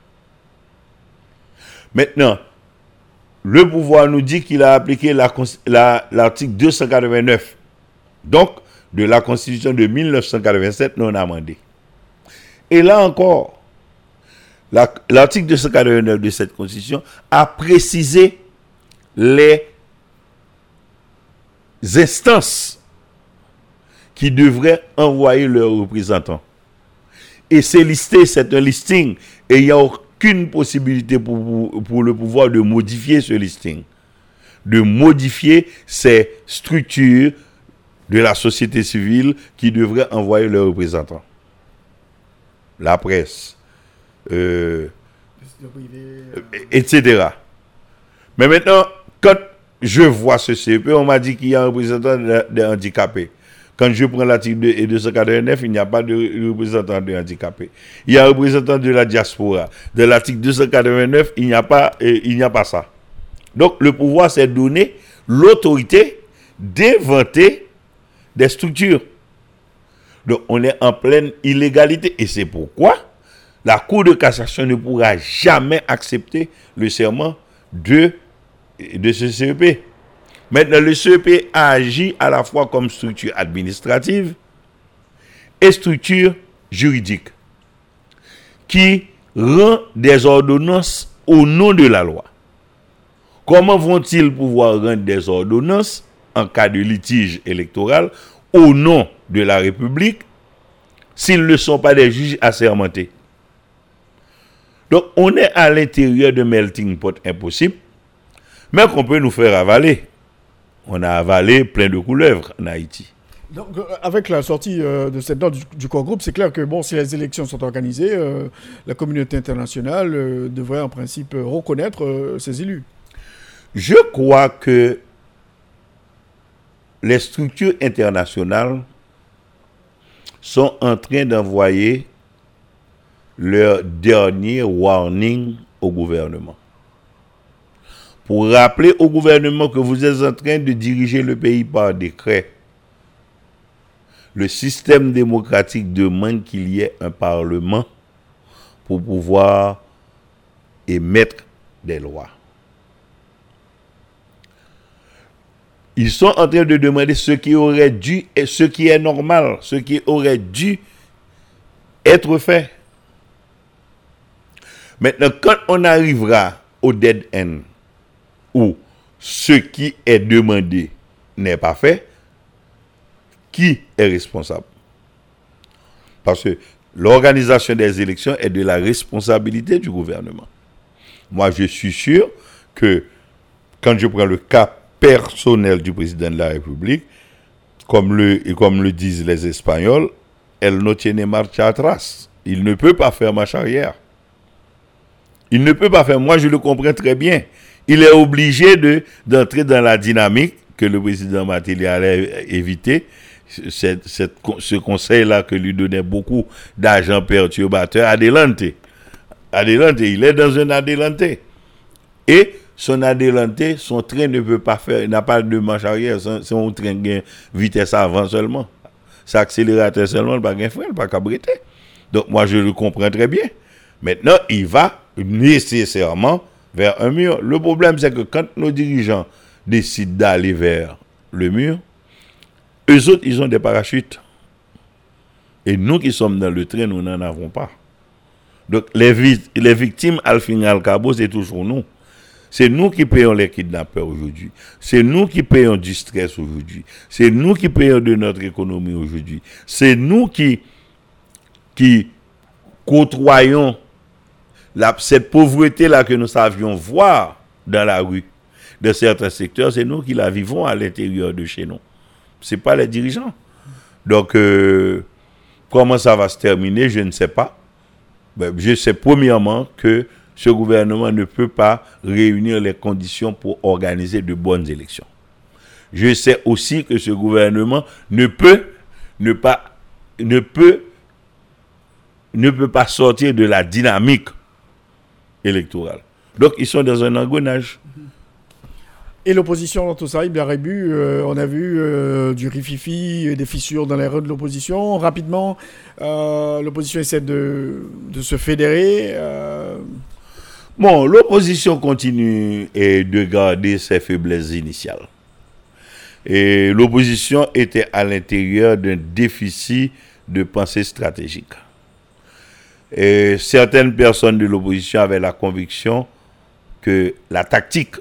Maintenant, le pouvoir nous dit qu'il a appliqué la, la, l'article deux cent quatre-vingt-neuf, donc de la constitution de mille neuf cent quatre-vingt-sept non amendée. Et là encore, la, l'article deux cent quatre-vingt-neuf de cette constitution a précisé les instances qui devraient envoyer leurs représentants. Et c'est listé, c'est un listing, et il n'y a aucune possibilité pour, pour le pouvoir de modifier ce listing, de modifier ces structures de la société civile qui devraient envoyer leurs représentants. La presse, euh, et cetera. Mais maintenant, quand je vois ce C E P, on m'a dit qu'il y a un représentant des handicapés. Quand je prends l'article deux cent quatre-vingt-neuf, il n'y a pas de représentant des handicapés. Il y a un représentant de la diaspora. De l'article deux cent quatre-vingt-neuf, il n'y a pas, euh, il n'y a pas ça. Donc, le pouvoir s'est donné l'autorité d'inventer des structures. Donc, on est en pleine illégalité. Et c'est pourquoi la Cour de cassation ne pourra jamais accepter le serment de, de ce C E P. Maintenant, le C E P agit à la fois comme structure administrative et structure juridique qui rend des ordonnances au nom de la loi. Comment vont-ils pouvoir rendre des ordonnances en cas de litige électoral au nom de la République s'ils ne sont pas des juges assermentés? Donc, on est à l'intérieur de melting pot impossible, mais qu'on peut nous faire avaler. On a avalé plein de couleuvres en Haïti. Donc, euh, avec la sortie euh, de cette note du, du corps groupe, c'est clair que bon, si les élections sont organisées, euh, la communauté internationale euh, devrait en principe euh, reconnaître euh, ces élus. Je crois que les structures internationales sont en train d'envoyer leur dernier warning au gouvernement. Pour rappeler au gouvernement que vous êtes en train de diriger le pays par décret. Le système démocratique demande qu'il y ait un parlement pour pouvoir émettre des lois. Ils sont en train de demander ce qui aurait dû et ce qui est normal, ce qui aurait dû être fait. Maintenant, quand on arrivera au dead end, où ce qui est demandé n'est pas fait, qui est responsable? Parce que l'organisation des élections est de la responsabilité du gouvernement. Moi, je suis sûr que quand je prends le cas personnel du président de la République, comme le, et comme le disent les Espagnols, elle no tiene marcha atrás. Il ne peut pas faire marche arrière. Il ne peut pas faire. Moi, je le comprends très bien. Il est obligé de, d'entrer dans la dynamique que le président Matéli allait éviter. Cette, cette, ce conseil-là que lui donnait beaucoup d'agents perturbateurs, adelante. Adelante, il est dans un adelante. Et son adelante, son train ne peut pas faire, n'a pas de marche arrière, son, son train gagne vitesse avant seulement. Ça accélérateur seulement, pas gain frein, pas cabrité. Donc moi je le comprends très bien. Maintenant, il va nécessairement vers un mur. Le problème, c'est que quand nos dirigeants décident d'aller vers le mur, eux autres, ils ont des parachutes. Et nous qui sommes dans le train, nous n'en avons pas. Donc, les, vi- les victimes, al fin et al cabo, c'est toujours nous. C'est nous qui payons les kidnappeurs aujourd'hui. C'est nous qui payons du stress aujourd'hui. C'est nous qui payons de notre économie aujourd'hui. C'est nous qui, qui côtoyons La, cette pauvreté-là que nous savions voir dans la rue, de certains secteurs, c'est nous qui la vivons à l'intérieur de chez nous. Ce n'est pas les dirigeants. Donc, euh, comment ça va se terminer, je ne sais pas. Ben, je sais premièrement que ce gouvernement ne peut pas réunir les conditions pour organiser de bonnes élections. Je sais aussi que ce gouvernement ne peut ne pas ne peut ne peut pas sortir de la dynamique électorale. Donc ils sont dans un engrenage. Et l'opposition dans tout ça, Ibn Rebu, euh, on a vu euh, du rififi, des fissures dans les rangs de l'opposition. Rapidement, euh, l'opposition essaie de, de se fédérer. Euh... Bon, l'opposition continue et de garder ses faiblesses initiales. Et l'opposition était à l'intérieur d'un déficit de pensée stratégique. Et certaines personnes de l'opposition avaient la conviction que la tactique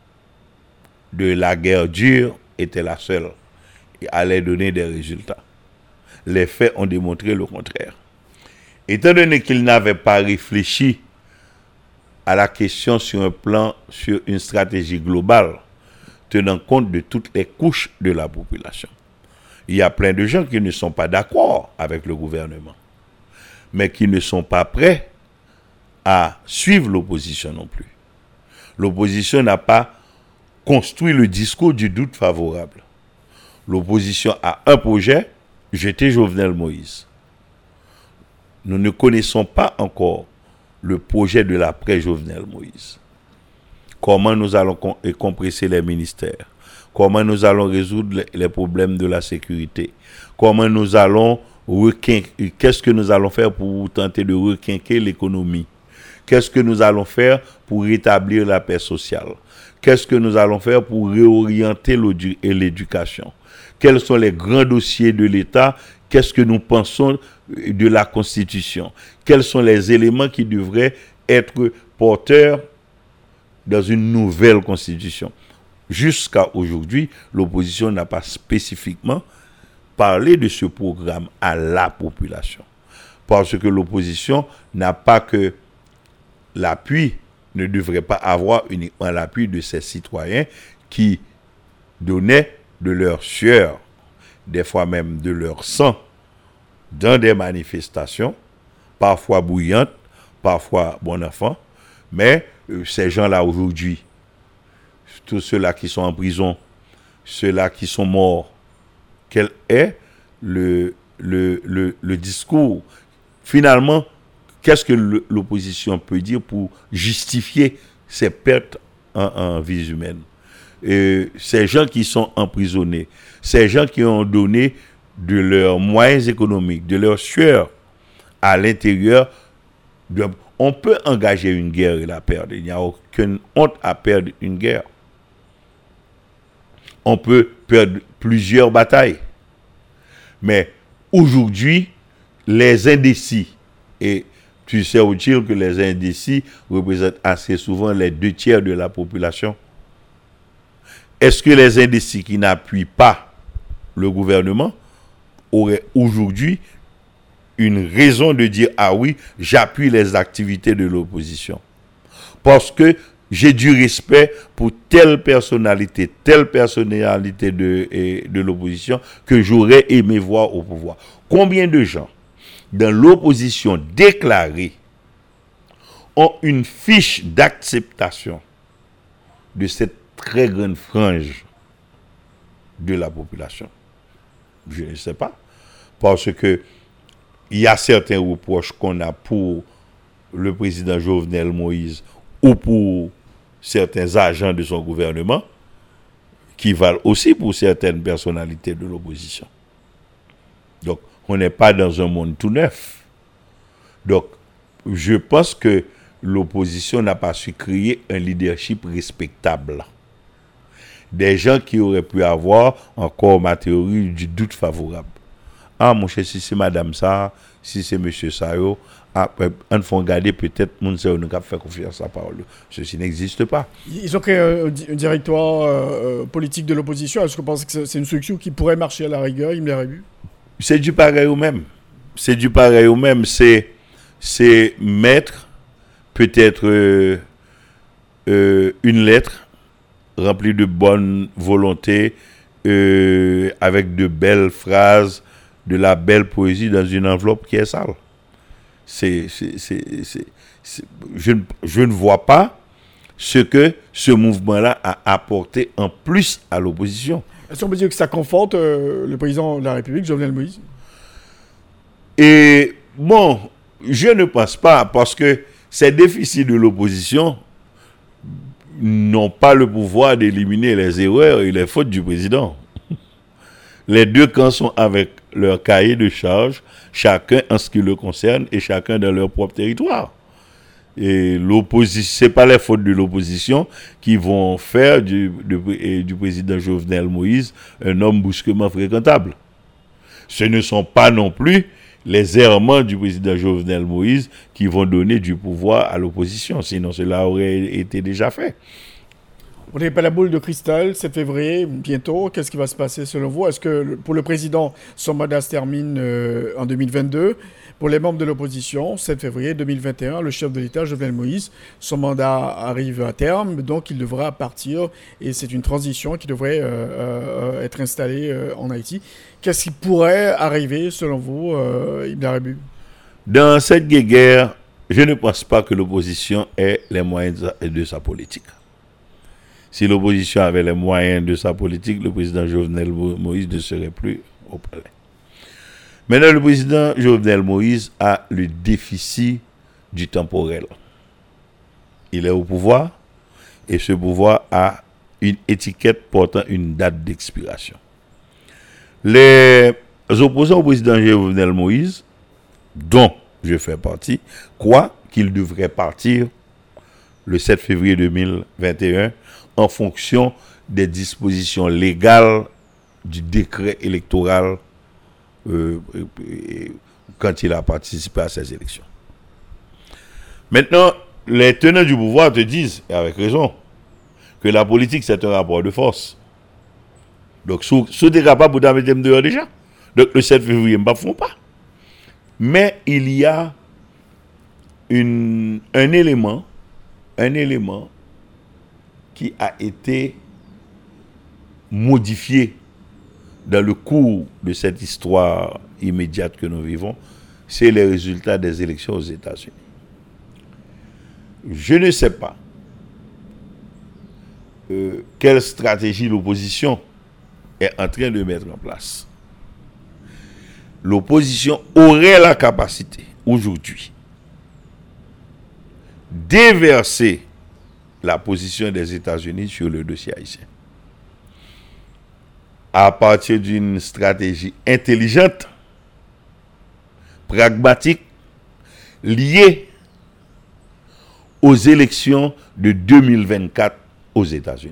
de la guerre dure était la seule et allait donner des résultats. Les faits ont démontré le contraire. Étant donné qu'ils n'avaient pas réfléchi à la question sur un plan, sur une stratégie globale, tenant compte de toutes les couches de la population. Il y a plein de gens qui ne sont pas d'accord avec le gouvernement, mais qui ne sont pas prêts à suivre l'opposition non plus. L'opposition n'a pas construit le discours du doute favorable. L'opposition a un projet, jeter Jovenel Moïse. Nous ne connaissons pas encore le projet de l'après-Jovenel Moïse. Comment nous allons compresser les ministères? Comment nous allons résoudre les problèmes de la sécurité? Comment nous allons requinquer? Qu'est-ce que nous allons faire pour tenter de requinquer l'économie? Qu'est-ce que nous allons faire pour rétablir la paix sociale? Qu'est-ce que nous allons faire pour réorienter l'éducation? Quels sont les grands dossiers de l'État? Qu'est-ce que nous pensons de la Constitution? Quels sont les éléments qui devraient être porteurs dans une nouvelle Constitution? Jusqu'à aujourd'hui, l'opposition n'a pas spécifiquement parlé de ce programme à la population. Parce que l'opposition n'a pas que l'appui, ne devrait pas avoir uniquement l'appui de ses citoyens qui donnaient de leur sueur, des fois même de leur sang, dans des manifestations, parfois bouillantes, parfois bon enfant, mais euh, ces gens-là aujourd'hui, tous ceux-là qui sont en prison, ceux-là qui sont morts, quel est le, le, le, le discours? Finalement, qu'est-ce que l'opposition peut dire pour justifier ces pertes en, en vies humaines? Et ces gens qui sont emprisonnés, ces gens qui ont donné de leurs moyens économiques, de leur sueur à l'intérieur, de, on peut engager une guerre et la perdre. Il n'y a aucune honte à perdre une guerre. On peut perdre plusieurs batailles. Mais aujourd'hui, les indécis, et tu sais aussi que les indécis représentent assez souvent les deux tiers de la population. Est-ce que les indécis qui n'appuient pas le gouvernement auraient aujourd'hui une raison de dire « Ah oui, j'appuie les activités de l'opposition » parce que j'ai du respect pour telle personnalité, telle personnalité de, de l'opposition que j'aurais aimé voir au pouvoir. Combien de gens dans l'opposition déclarée ont une fiche d'acceptation de cette très grande frange de la population? Je ne sais pas. Parce que il y a certains reproches qu'on a pour le président Jovenel Moïse ou pour certains agents de son gouvernement qui valent aussi pour certaines personnalités de l'opposition. Donc, on n'est pas dans un monde tout neuf. Donc, je pense que l'opposition n'a pas su créer un leadership respectable. Des gens qui auraient pu avoir, encore ma théorie, du doute favorable. Ah, mon cher, si c'est madame ça, si c'est monsieur Sayo, ah, on faut regarder peut-être mon Sayo nous a fait confiance à la parole. Ceci n'existe pas. Ils ont créé un, un directoire euh, politique de l'opposition. Est-ce que vous pensez que c'est une structure qui pourrait marcher à la rigueur? Il me l'a vu. C'est du pareil au même. C'est du pareil au même. C'est, c'est mettre peut-être euh, euh, une lettre remplie de bonne volonté, euh, avec de belles phrases, de la belle poésie dans une enveloppe qui est sale. C'est, c'est, c'est, c'est, je, je ne vois pas ce que ce mouvement-là a apporté en plus à l'opposition. Est-ce qu'on peut dire que ça conforte euh, le président de la République, Jovenel Moïse? Et bon, je ne pense pas, parce que ces déficits de l'opposition n'ont pas le pouvoir d'éliminer les erreurs et les fautes du président. Les deux camps sont avec leur cahier de charge, chacun en ce qui le concerne et chacun dans leur propre territoire. Et l'opposition, c'est pas les fautes de l'opposition qui vont faire du, de, du président Jovenel Moïse un homme brusquement fréquentable. Ce ne sont pas non plus les errements du président Jovenel Moïse qui vont donner du pouvoir à l'opposition, sinon cela aurait été déjà fait. On n'est pas la boule de cristal, sept février, bientôt. Qu'est-ce qui va se passer selon vous? Est-ce que pour le président, son mandat se termine euh, en deux mille vingt-deux? Pour les membres de l'opposition, sept février deux mille vingt et un, le chef de l'État, Jovenel Moïse, son mandat arrive à terme, donc il devra partir et c'est une transition qui devrait euh, euh, être installée euh, en Haïti. Qu'est-ce qui pourrait arriver selon vous, euh, Ibn Arabi? Dans cette guerre, je ne pense pas que l'opposition ait les moyens de sa politique. Si l'opposition avait les moyens de sa politique, le président Jovenel Moïse ne serait plus au palais. Maintenant, le président Jovenel Moïse a le déficit du temporel. Il est au pouvoir et ce pouvoir a une étiquette portant une date d'expiration. Les opposants au président Jovenel Moïse, dont je fais partie, croient qu'il devrait partir le sept février deux mille vingt et un en fonction des dispositions légales du décret électoral euh, euh, quand il a participé à ces élections. Maintenant, les tenants du pouvoir te disent, et avec raison, que la politique c'est un rapport de force. Donc, si tu es capable de mettre dehors déjà, donc le sept février, ils ne font pas. Mais il y a une, un élément, un élément qui a été modifié dans le cours de cette histoire immédiate que nous vivons, c'est les résultats des élections aux États-Unis. Je ne sais pas euh, quelle stratégie l'opposition est en train de mettre en place. L'opposition aurait la capacité aujourd'hui d'inverser la position des États-Unis sur le dossier haïtien à partir d'une stratégie intelligente, pragmatique, liée aux élections de deux mille vingt-quatre aux États-Unis.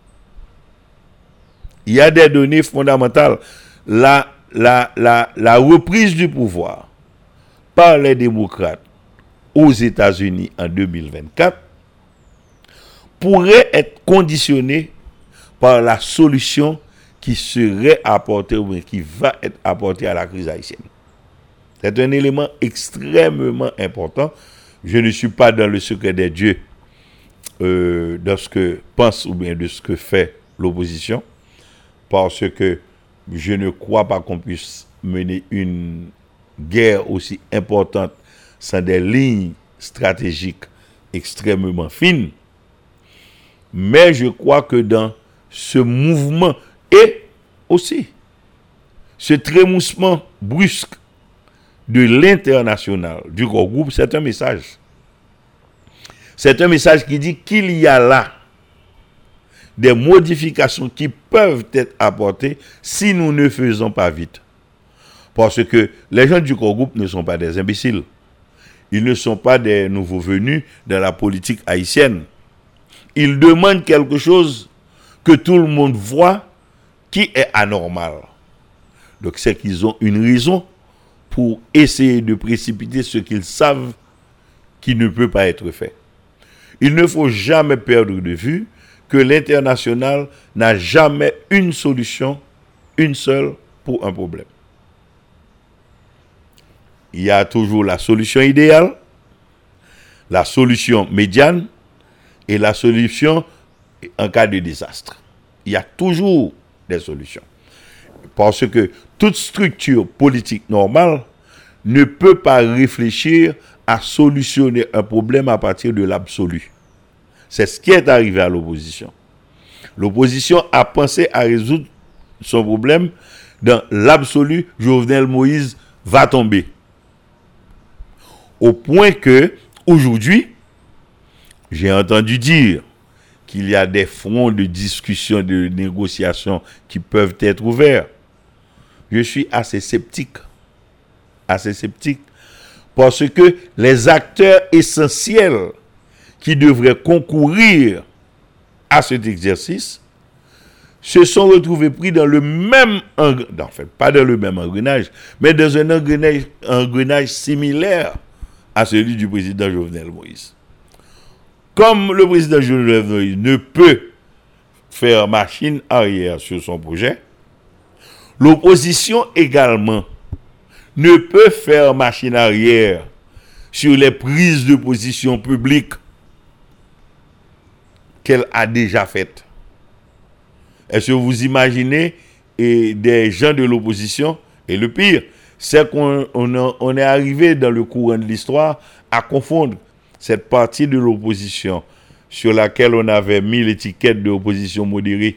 Il y a des données fondamentales. La, la, la, la reprise du pouvoir par les démocrates aux États-Unis en deux mille vingt-quatre pourrait être conditionnée par la solution qui serait apportée ou qui va être apportée à la crise haïtienne. C'est un élément extrêmement important. Je ne suis pas dans le secret des dieux euh, de ce que pense ou bien de ce que fait l'opposition, parce que je ne crois pas qu'on puisse mener une guerre aussi importante sans des lignes stratégiques extrêmement fines. Mais je crois que dans ce mouvement et aussi ce trémoussement brusque de l'international, du gros groupe, c'est un message. C'est un message qui dit qu'il y a là des modifications qui peuvent être apportées si nous ne faisons pas vite. Parce que les gens du gros groupe ne sont pas des imbéciles. Ils ne sont pas des nouveaux venus dans la politique haïtienne. Ils demandent quelque chose que tout le monde voit qui est anormal. Donc c'est qu'ils ont une raison pour essayer de précipiter ce qu'ils savent qui ne peut pas être fait. Il ne faut jamais perdre de vue que l'international n'a jamais une solution, une seule, pour un problème. Il y a toujours la solution idéale, la solution médiane et la solution en cas de désastre. Il y a toujours des solutions. Parce que toute structure politique normale ne peut pas réfléchir à solutionner un problème à partir de l'absolu. C'est ce qui est arrivé à l'opposition. L'opposition a pensé à résoudre son problème dans l'absolu. Jovenel Moïse va tomber. Au point que, aujourd'hui, j'ai entendu dire qu'il y a des fronts de discussion, de négociation qui peuvent être ouverts. Je suis assez sceptique. Assez sceptique. Parce que les acteurs essentiels qui devraient concourir à cet exercice se sont retrouvés pris dans le même engrenage, en fait, pas dans le même engrenage, mais dans un engrenage, engrenage similaire à celui du président Jovenel Moïse. Comme le président Jovenel Moïse ne peut faire machine arrière sur son projet, l'opposition également ne peut faire machine arrière sur les prises de position publiques qu'elle a déjà faites. Est-ce que vous imaginez et des gens de l'opposition, et le pire, c'est qu'on on a, on est arrivé dans le courant de l'histoire à confondre cette partie de l'opposition sur laquelle on avait mis l'étiquette de opposition modérée.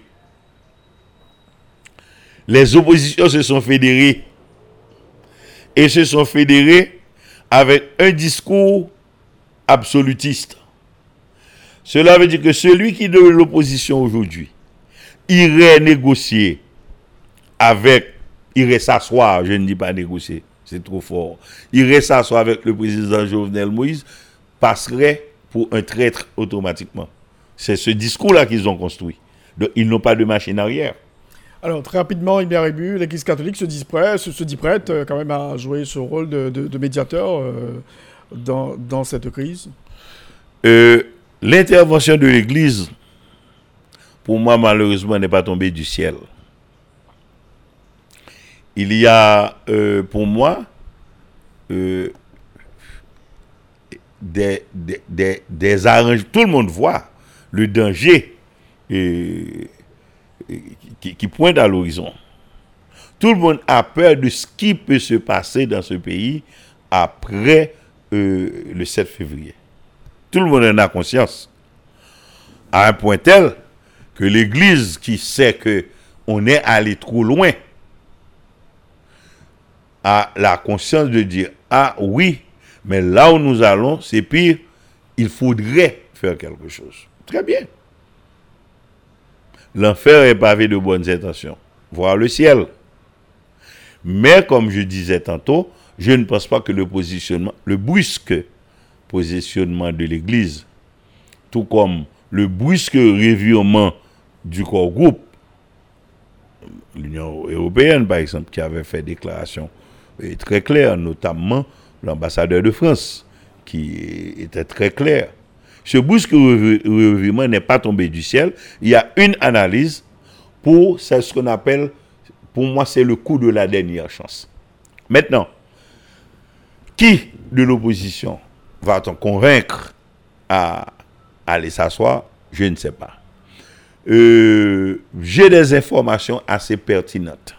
Les oppositions se sont fédérées et se sont fédérées avec un discours absolutiste. Cela veut dire que celui qui est de l'opposition aujourd'hui irait négocier avec, irait s'asseoir, je ne dis pas négocier, c'est trop fort, irait s'asseoir avec le président Jovenel Moïse, passerait pour un traître automatiquement. C'est ce discours-là qu'ils ont construit. Donc, ils n'ont pas de machine arrière. Alors, très rapidement, Ibn Rébu, l'Église catholique se dit prête, se, se dit prête euh, quand même à jouer ce rôle de, de, de médiateur euh, dans, dans cette crise. Euh, l'intervention de l'Église, pour moi, malheureusement, n'est pas tombée du ciel. Il y a, euh, pour moi, euh, des, des, des, des arrangements. Tout le monde voit le danger et, et, qui, qui pointe à l'horizon. Tout le monde a peur de ce qui peut se passer dans ce pays après euh, le sept février. Tout le monde en a conscience. À un point tel que l'Église, qui sait qu'on est allé trop loin, a la conscience de dire, ah oui, mais là où nous allons, c'est pire, il faudrait faire quelque chose. Très bien. L'enfer est pavé de bonnes intentions, voir le ciel. Mais comme je disais tantôt, je ne pense pas que le positionnement, le brusque positionnement de l'Église, tout comme le brusque revirement du corps groupe, l'Union européenne par exemple, qui avait fait déclaration très claire, notamment l'ambassadeur de France, qui était très clair. Ce brusque revirement n'est pas tombé du ciel. Il y a une analyse pour, c'est ce qu'on appelle, pour moi, c'est le coup de la dernière chance. Maintenant, qui de l'opposition va-t-on convaincre à aller s'asseoir? Je ne sais pas. Euh, j'ai des informations assez pertinentes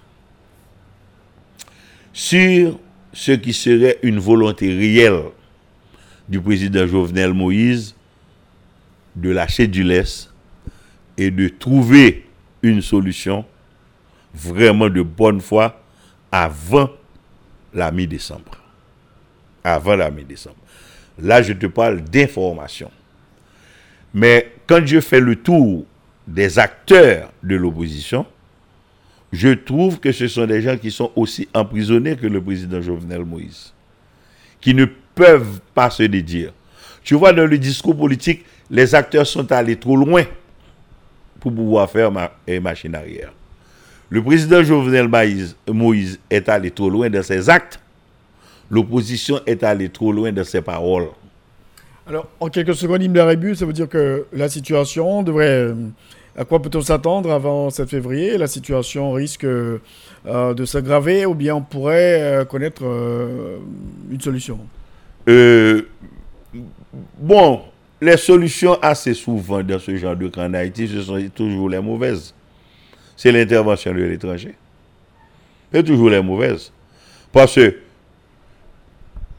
sur ce qui serait une volonté réelle du président Jovenel Moïse de lâcher du lest et de trouver une solution vraiment de bonne foi avant la mi-décembre. Avant la mi-décembre. Là, je te parle d'informations. Mais quand je fais le tour des acteurs de l'opposition, je trouve que ce sont des gens qui sont aussi emprisonnés que le président Jovenel Moïse, qui ne peuvent pas se dédire. Tu vois, dans le discours politique, les acteurs sont allés trop loin pour pouvoir faire ma, machine arrière. Le président Jovenel Moïse est allé trop loin dans ses actes. L'opposition est allée trop loin dans ses paroles. Alors, en quelques secondes, Ibn Rébu, ça veut dire que la situation devrait... À quoi peut-on s'attendre avant sept février? La situation risque euh, de s'aggraver ou bien on pourrait euh, connaître euh, une solution? euh, Bon, les solutions assez souvent dans ce genre de cas en Haïti, ce sont toujours les mauvaises. C'est l'intervention de l'étranger. C'est toujours les mauvaises. Parce que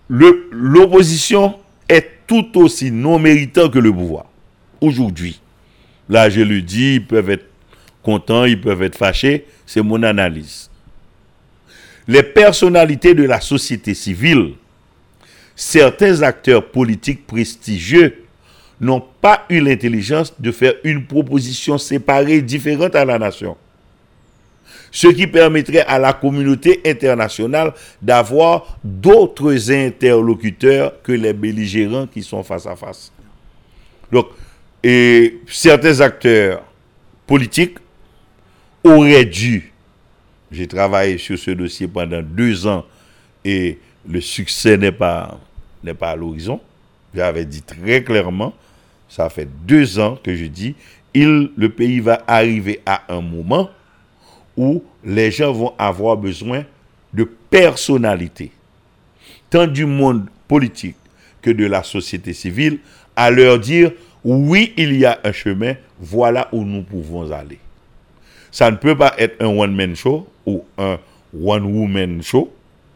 le, l'opposition est tout aussi non méritant que le pouvoir. Aujourd'hui, là je le dis, ils peuvent être contents, ils peuvent être fâchés, c'est mon analyse. Les personnalités de la société civile, certains acteurs politiques prestigieux n'ont pas eu l'intelligence de faire une proposition séparée, différente à la nation. Ce qui permettrait à la communauté internationale d'avoir d'autres interlocuteurs que les belligérants qui sont face à face. Donc, et certains acteurs politiques auraient dû, j'ai travaillé sur ce dossier pendant deux ans et le succès n'est pas, n'est pas à l'horizon. J'avais dit très clairement, ça fait deux ans que je dis, il, le pays va arriver à un moment où les gens vont avoir besoin de personnalités, tant du monde politique que de la société civile, à leur dire, oui, il y a un chemin, voilà où nous pouvons aller. Ça ne peut pas être un one-man show ou un one-woman show.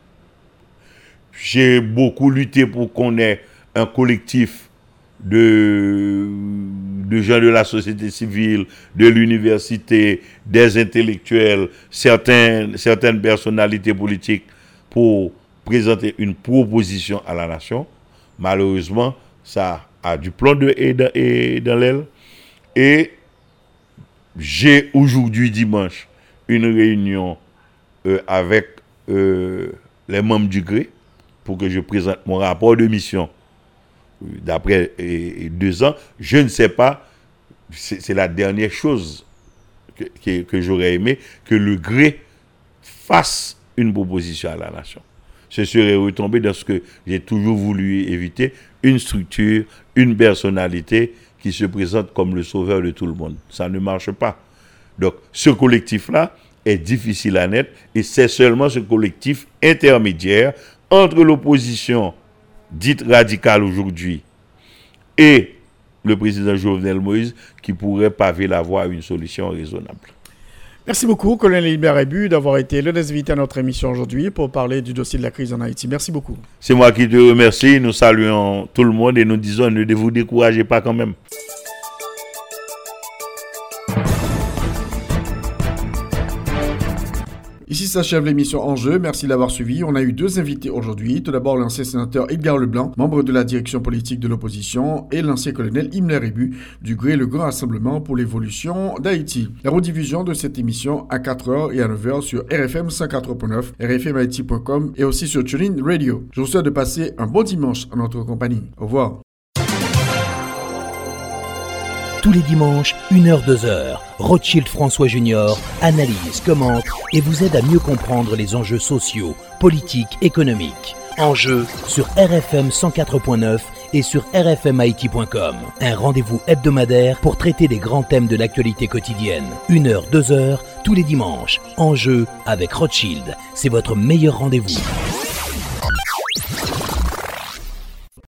J'ai beaucoup lutté pour qu'on ait un collectif de, de gens de la société civile, de l'université, des intellectuels, certains, certaines personnalités politiques pour présenter une proposition à la nation. Malheureusement, ça a du plomb de et dans, et dans l'aile. Et j'ai aujourd'hui, dimanche, une réunion euh, avec euh, les membres du G R E pour que je présente mon rapport de mission d'après et, et deux ans. Je ne sais pas, c'est, c'est la dernière chose que, que, que j'aurais aimé, que le G R E fasse une proposition à la nation. Ce serait retomber dans ce que j'ai toujours voulu éviter, une structure, une personnalité qui se présente comme le sauveur de tout le monde. Ça ne marche pas. Donc, ce collectif-là est difficile à naître et c'est seulement ce collectif intermédiaire entre l'opposition dite radicale aujourd'hui et le président Jovenel Moïse qui pourrait paver la voie à une solution raisonnable. Merci beaucoup, colonel Hilbert Rébu, d'avoir été le invité à notre émission aujourd'hui pour parler du dossier de la crise en Haïti. Merci beaucoup. C'est moi qui te remercie. Nous saluons tout le monde et nous disons ne vous découragez pas quand même. Ici s'achève l'émission Enjeu. Merci d'avoir suivi. On a eu deux invités aujourd'hui. Tout d'abord, l'ancien sénateur Edgar Leblanc, membre de la direction politique de l'opposition, et l'ancien colonel Hilbert Rébu du G R E, le Grand Rassemblement pour l'évolution d'Haïti. La rediffusion de cette émission à quatre heures et à neuf heures sur R F M cent quatre point neuf, R F M Haïti point com et aussi sur TuneIn Radio. Je vous souhaite de passer un bon dimanche en notre compagnie. Au revoir. Tous les dimanches, une heure deux heures, Rothschild François Junior analyse, commente et vous aide à mieux comprendre les enjeux sociaux, politiques, économiques. Enjeux sur R F M cent quatre point neuf et sur R F M Haïti point com. Un rendez-vous hebdomadaire pour traiter des grands thèmes de l'actualité quotidienne. Une heure, deux heures, tous les dimanches. Enjeux avec Rothschild. C'est votre meilleur rendez-vous.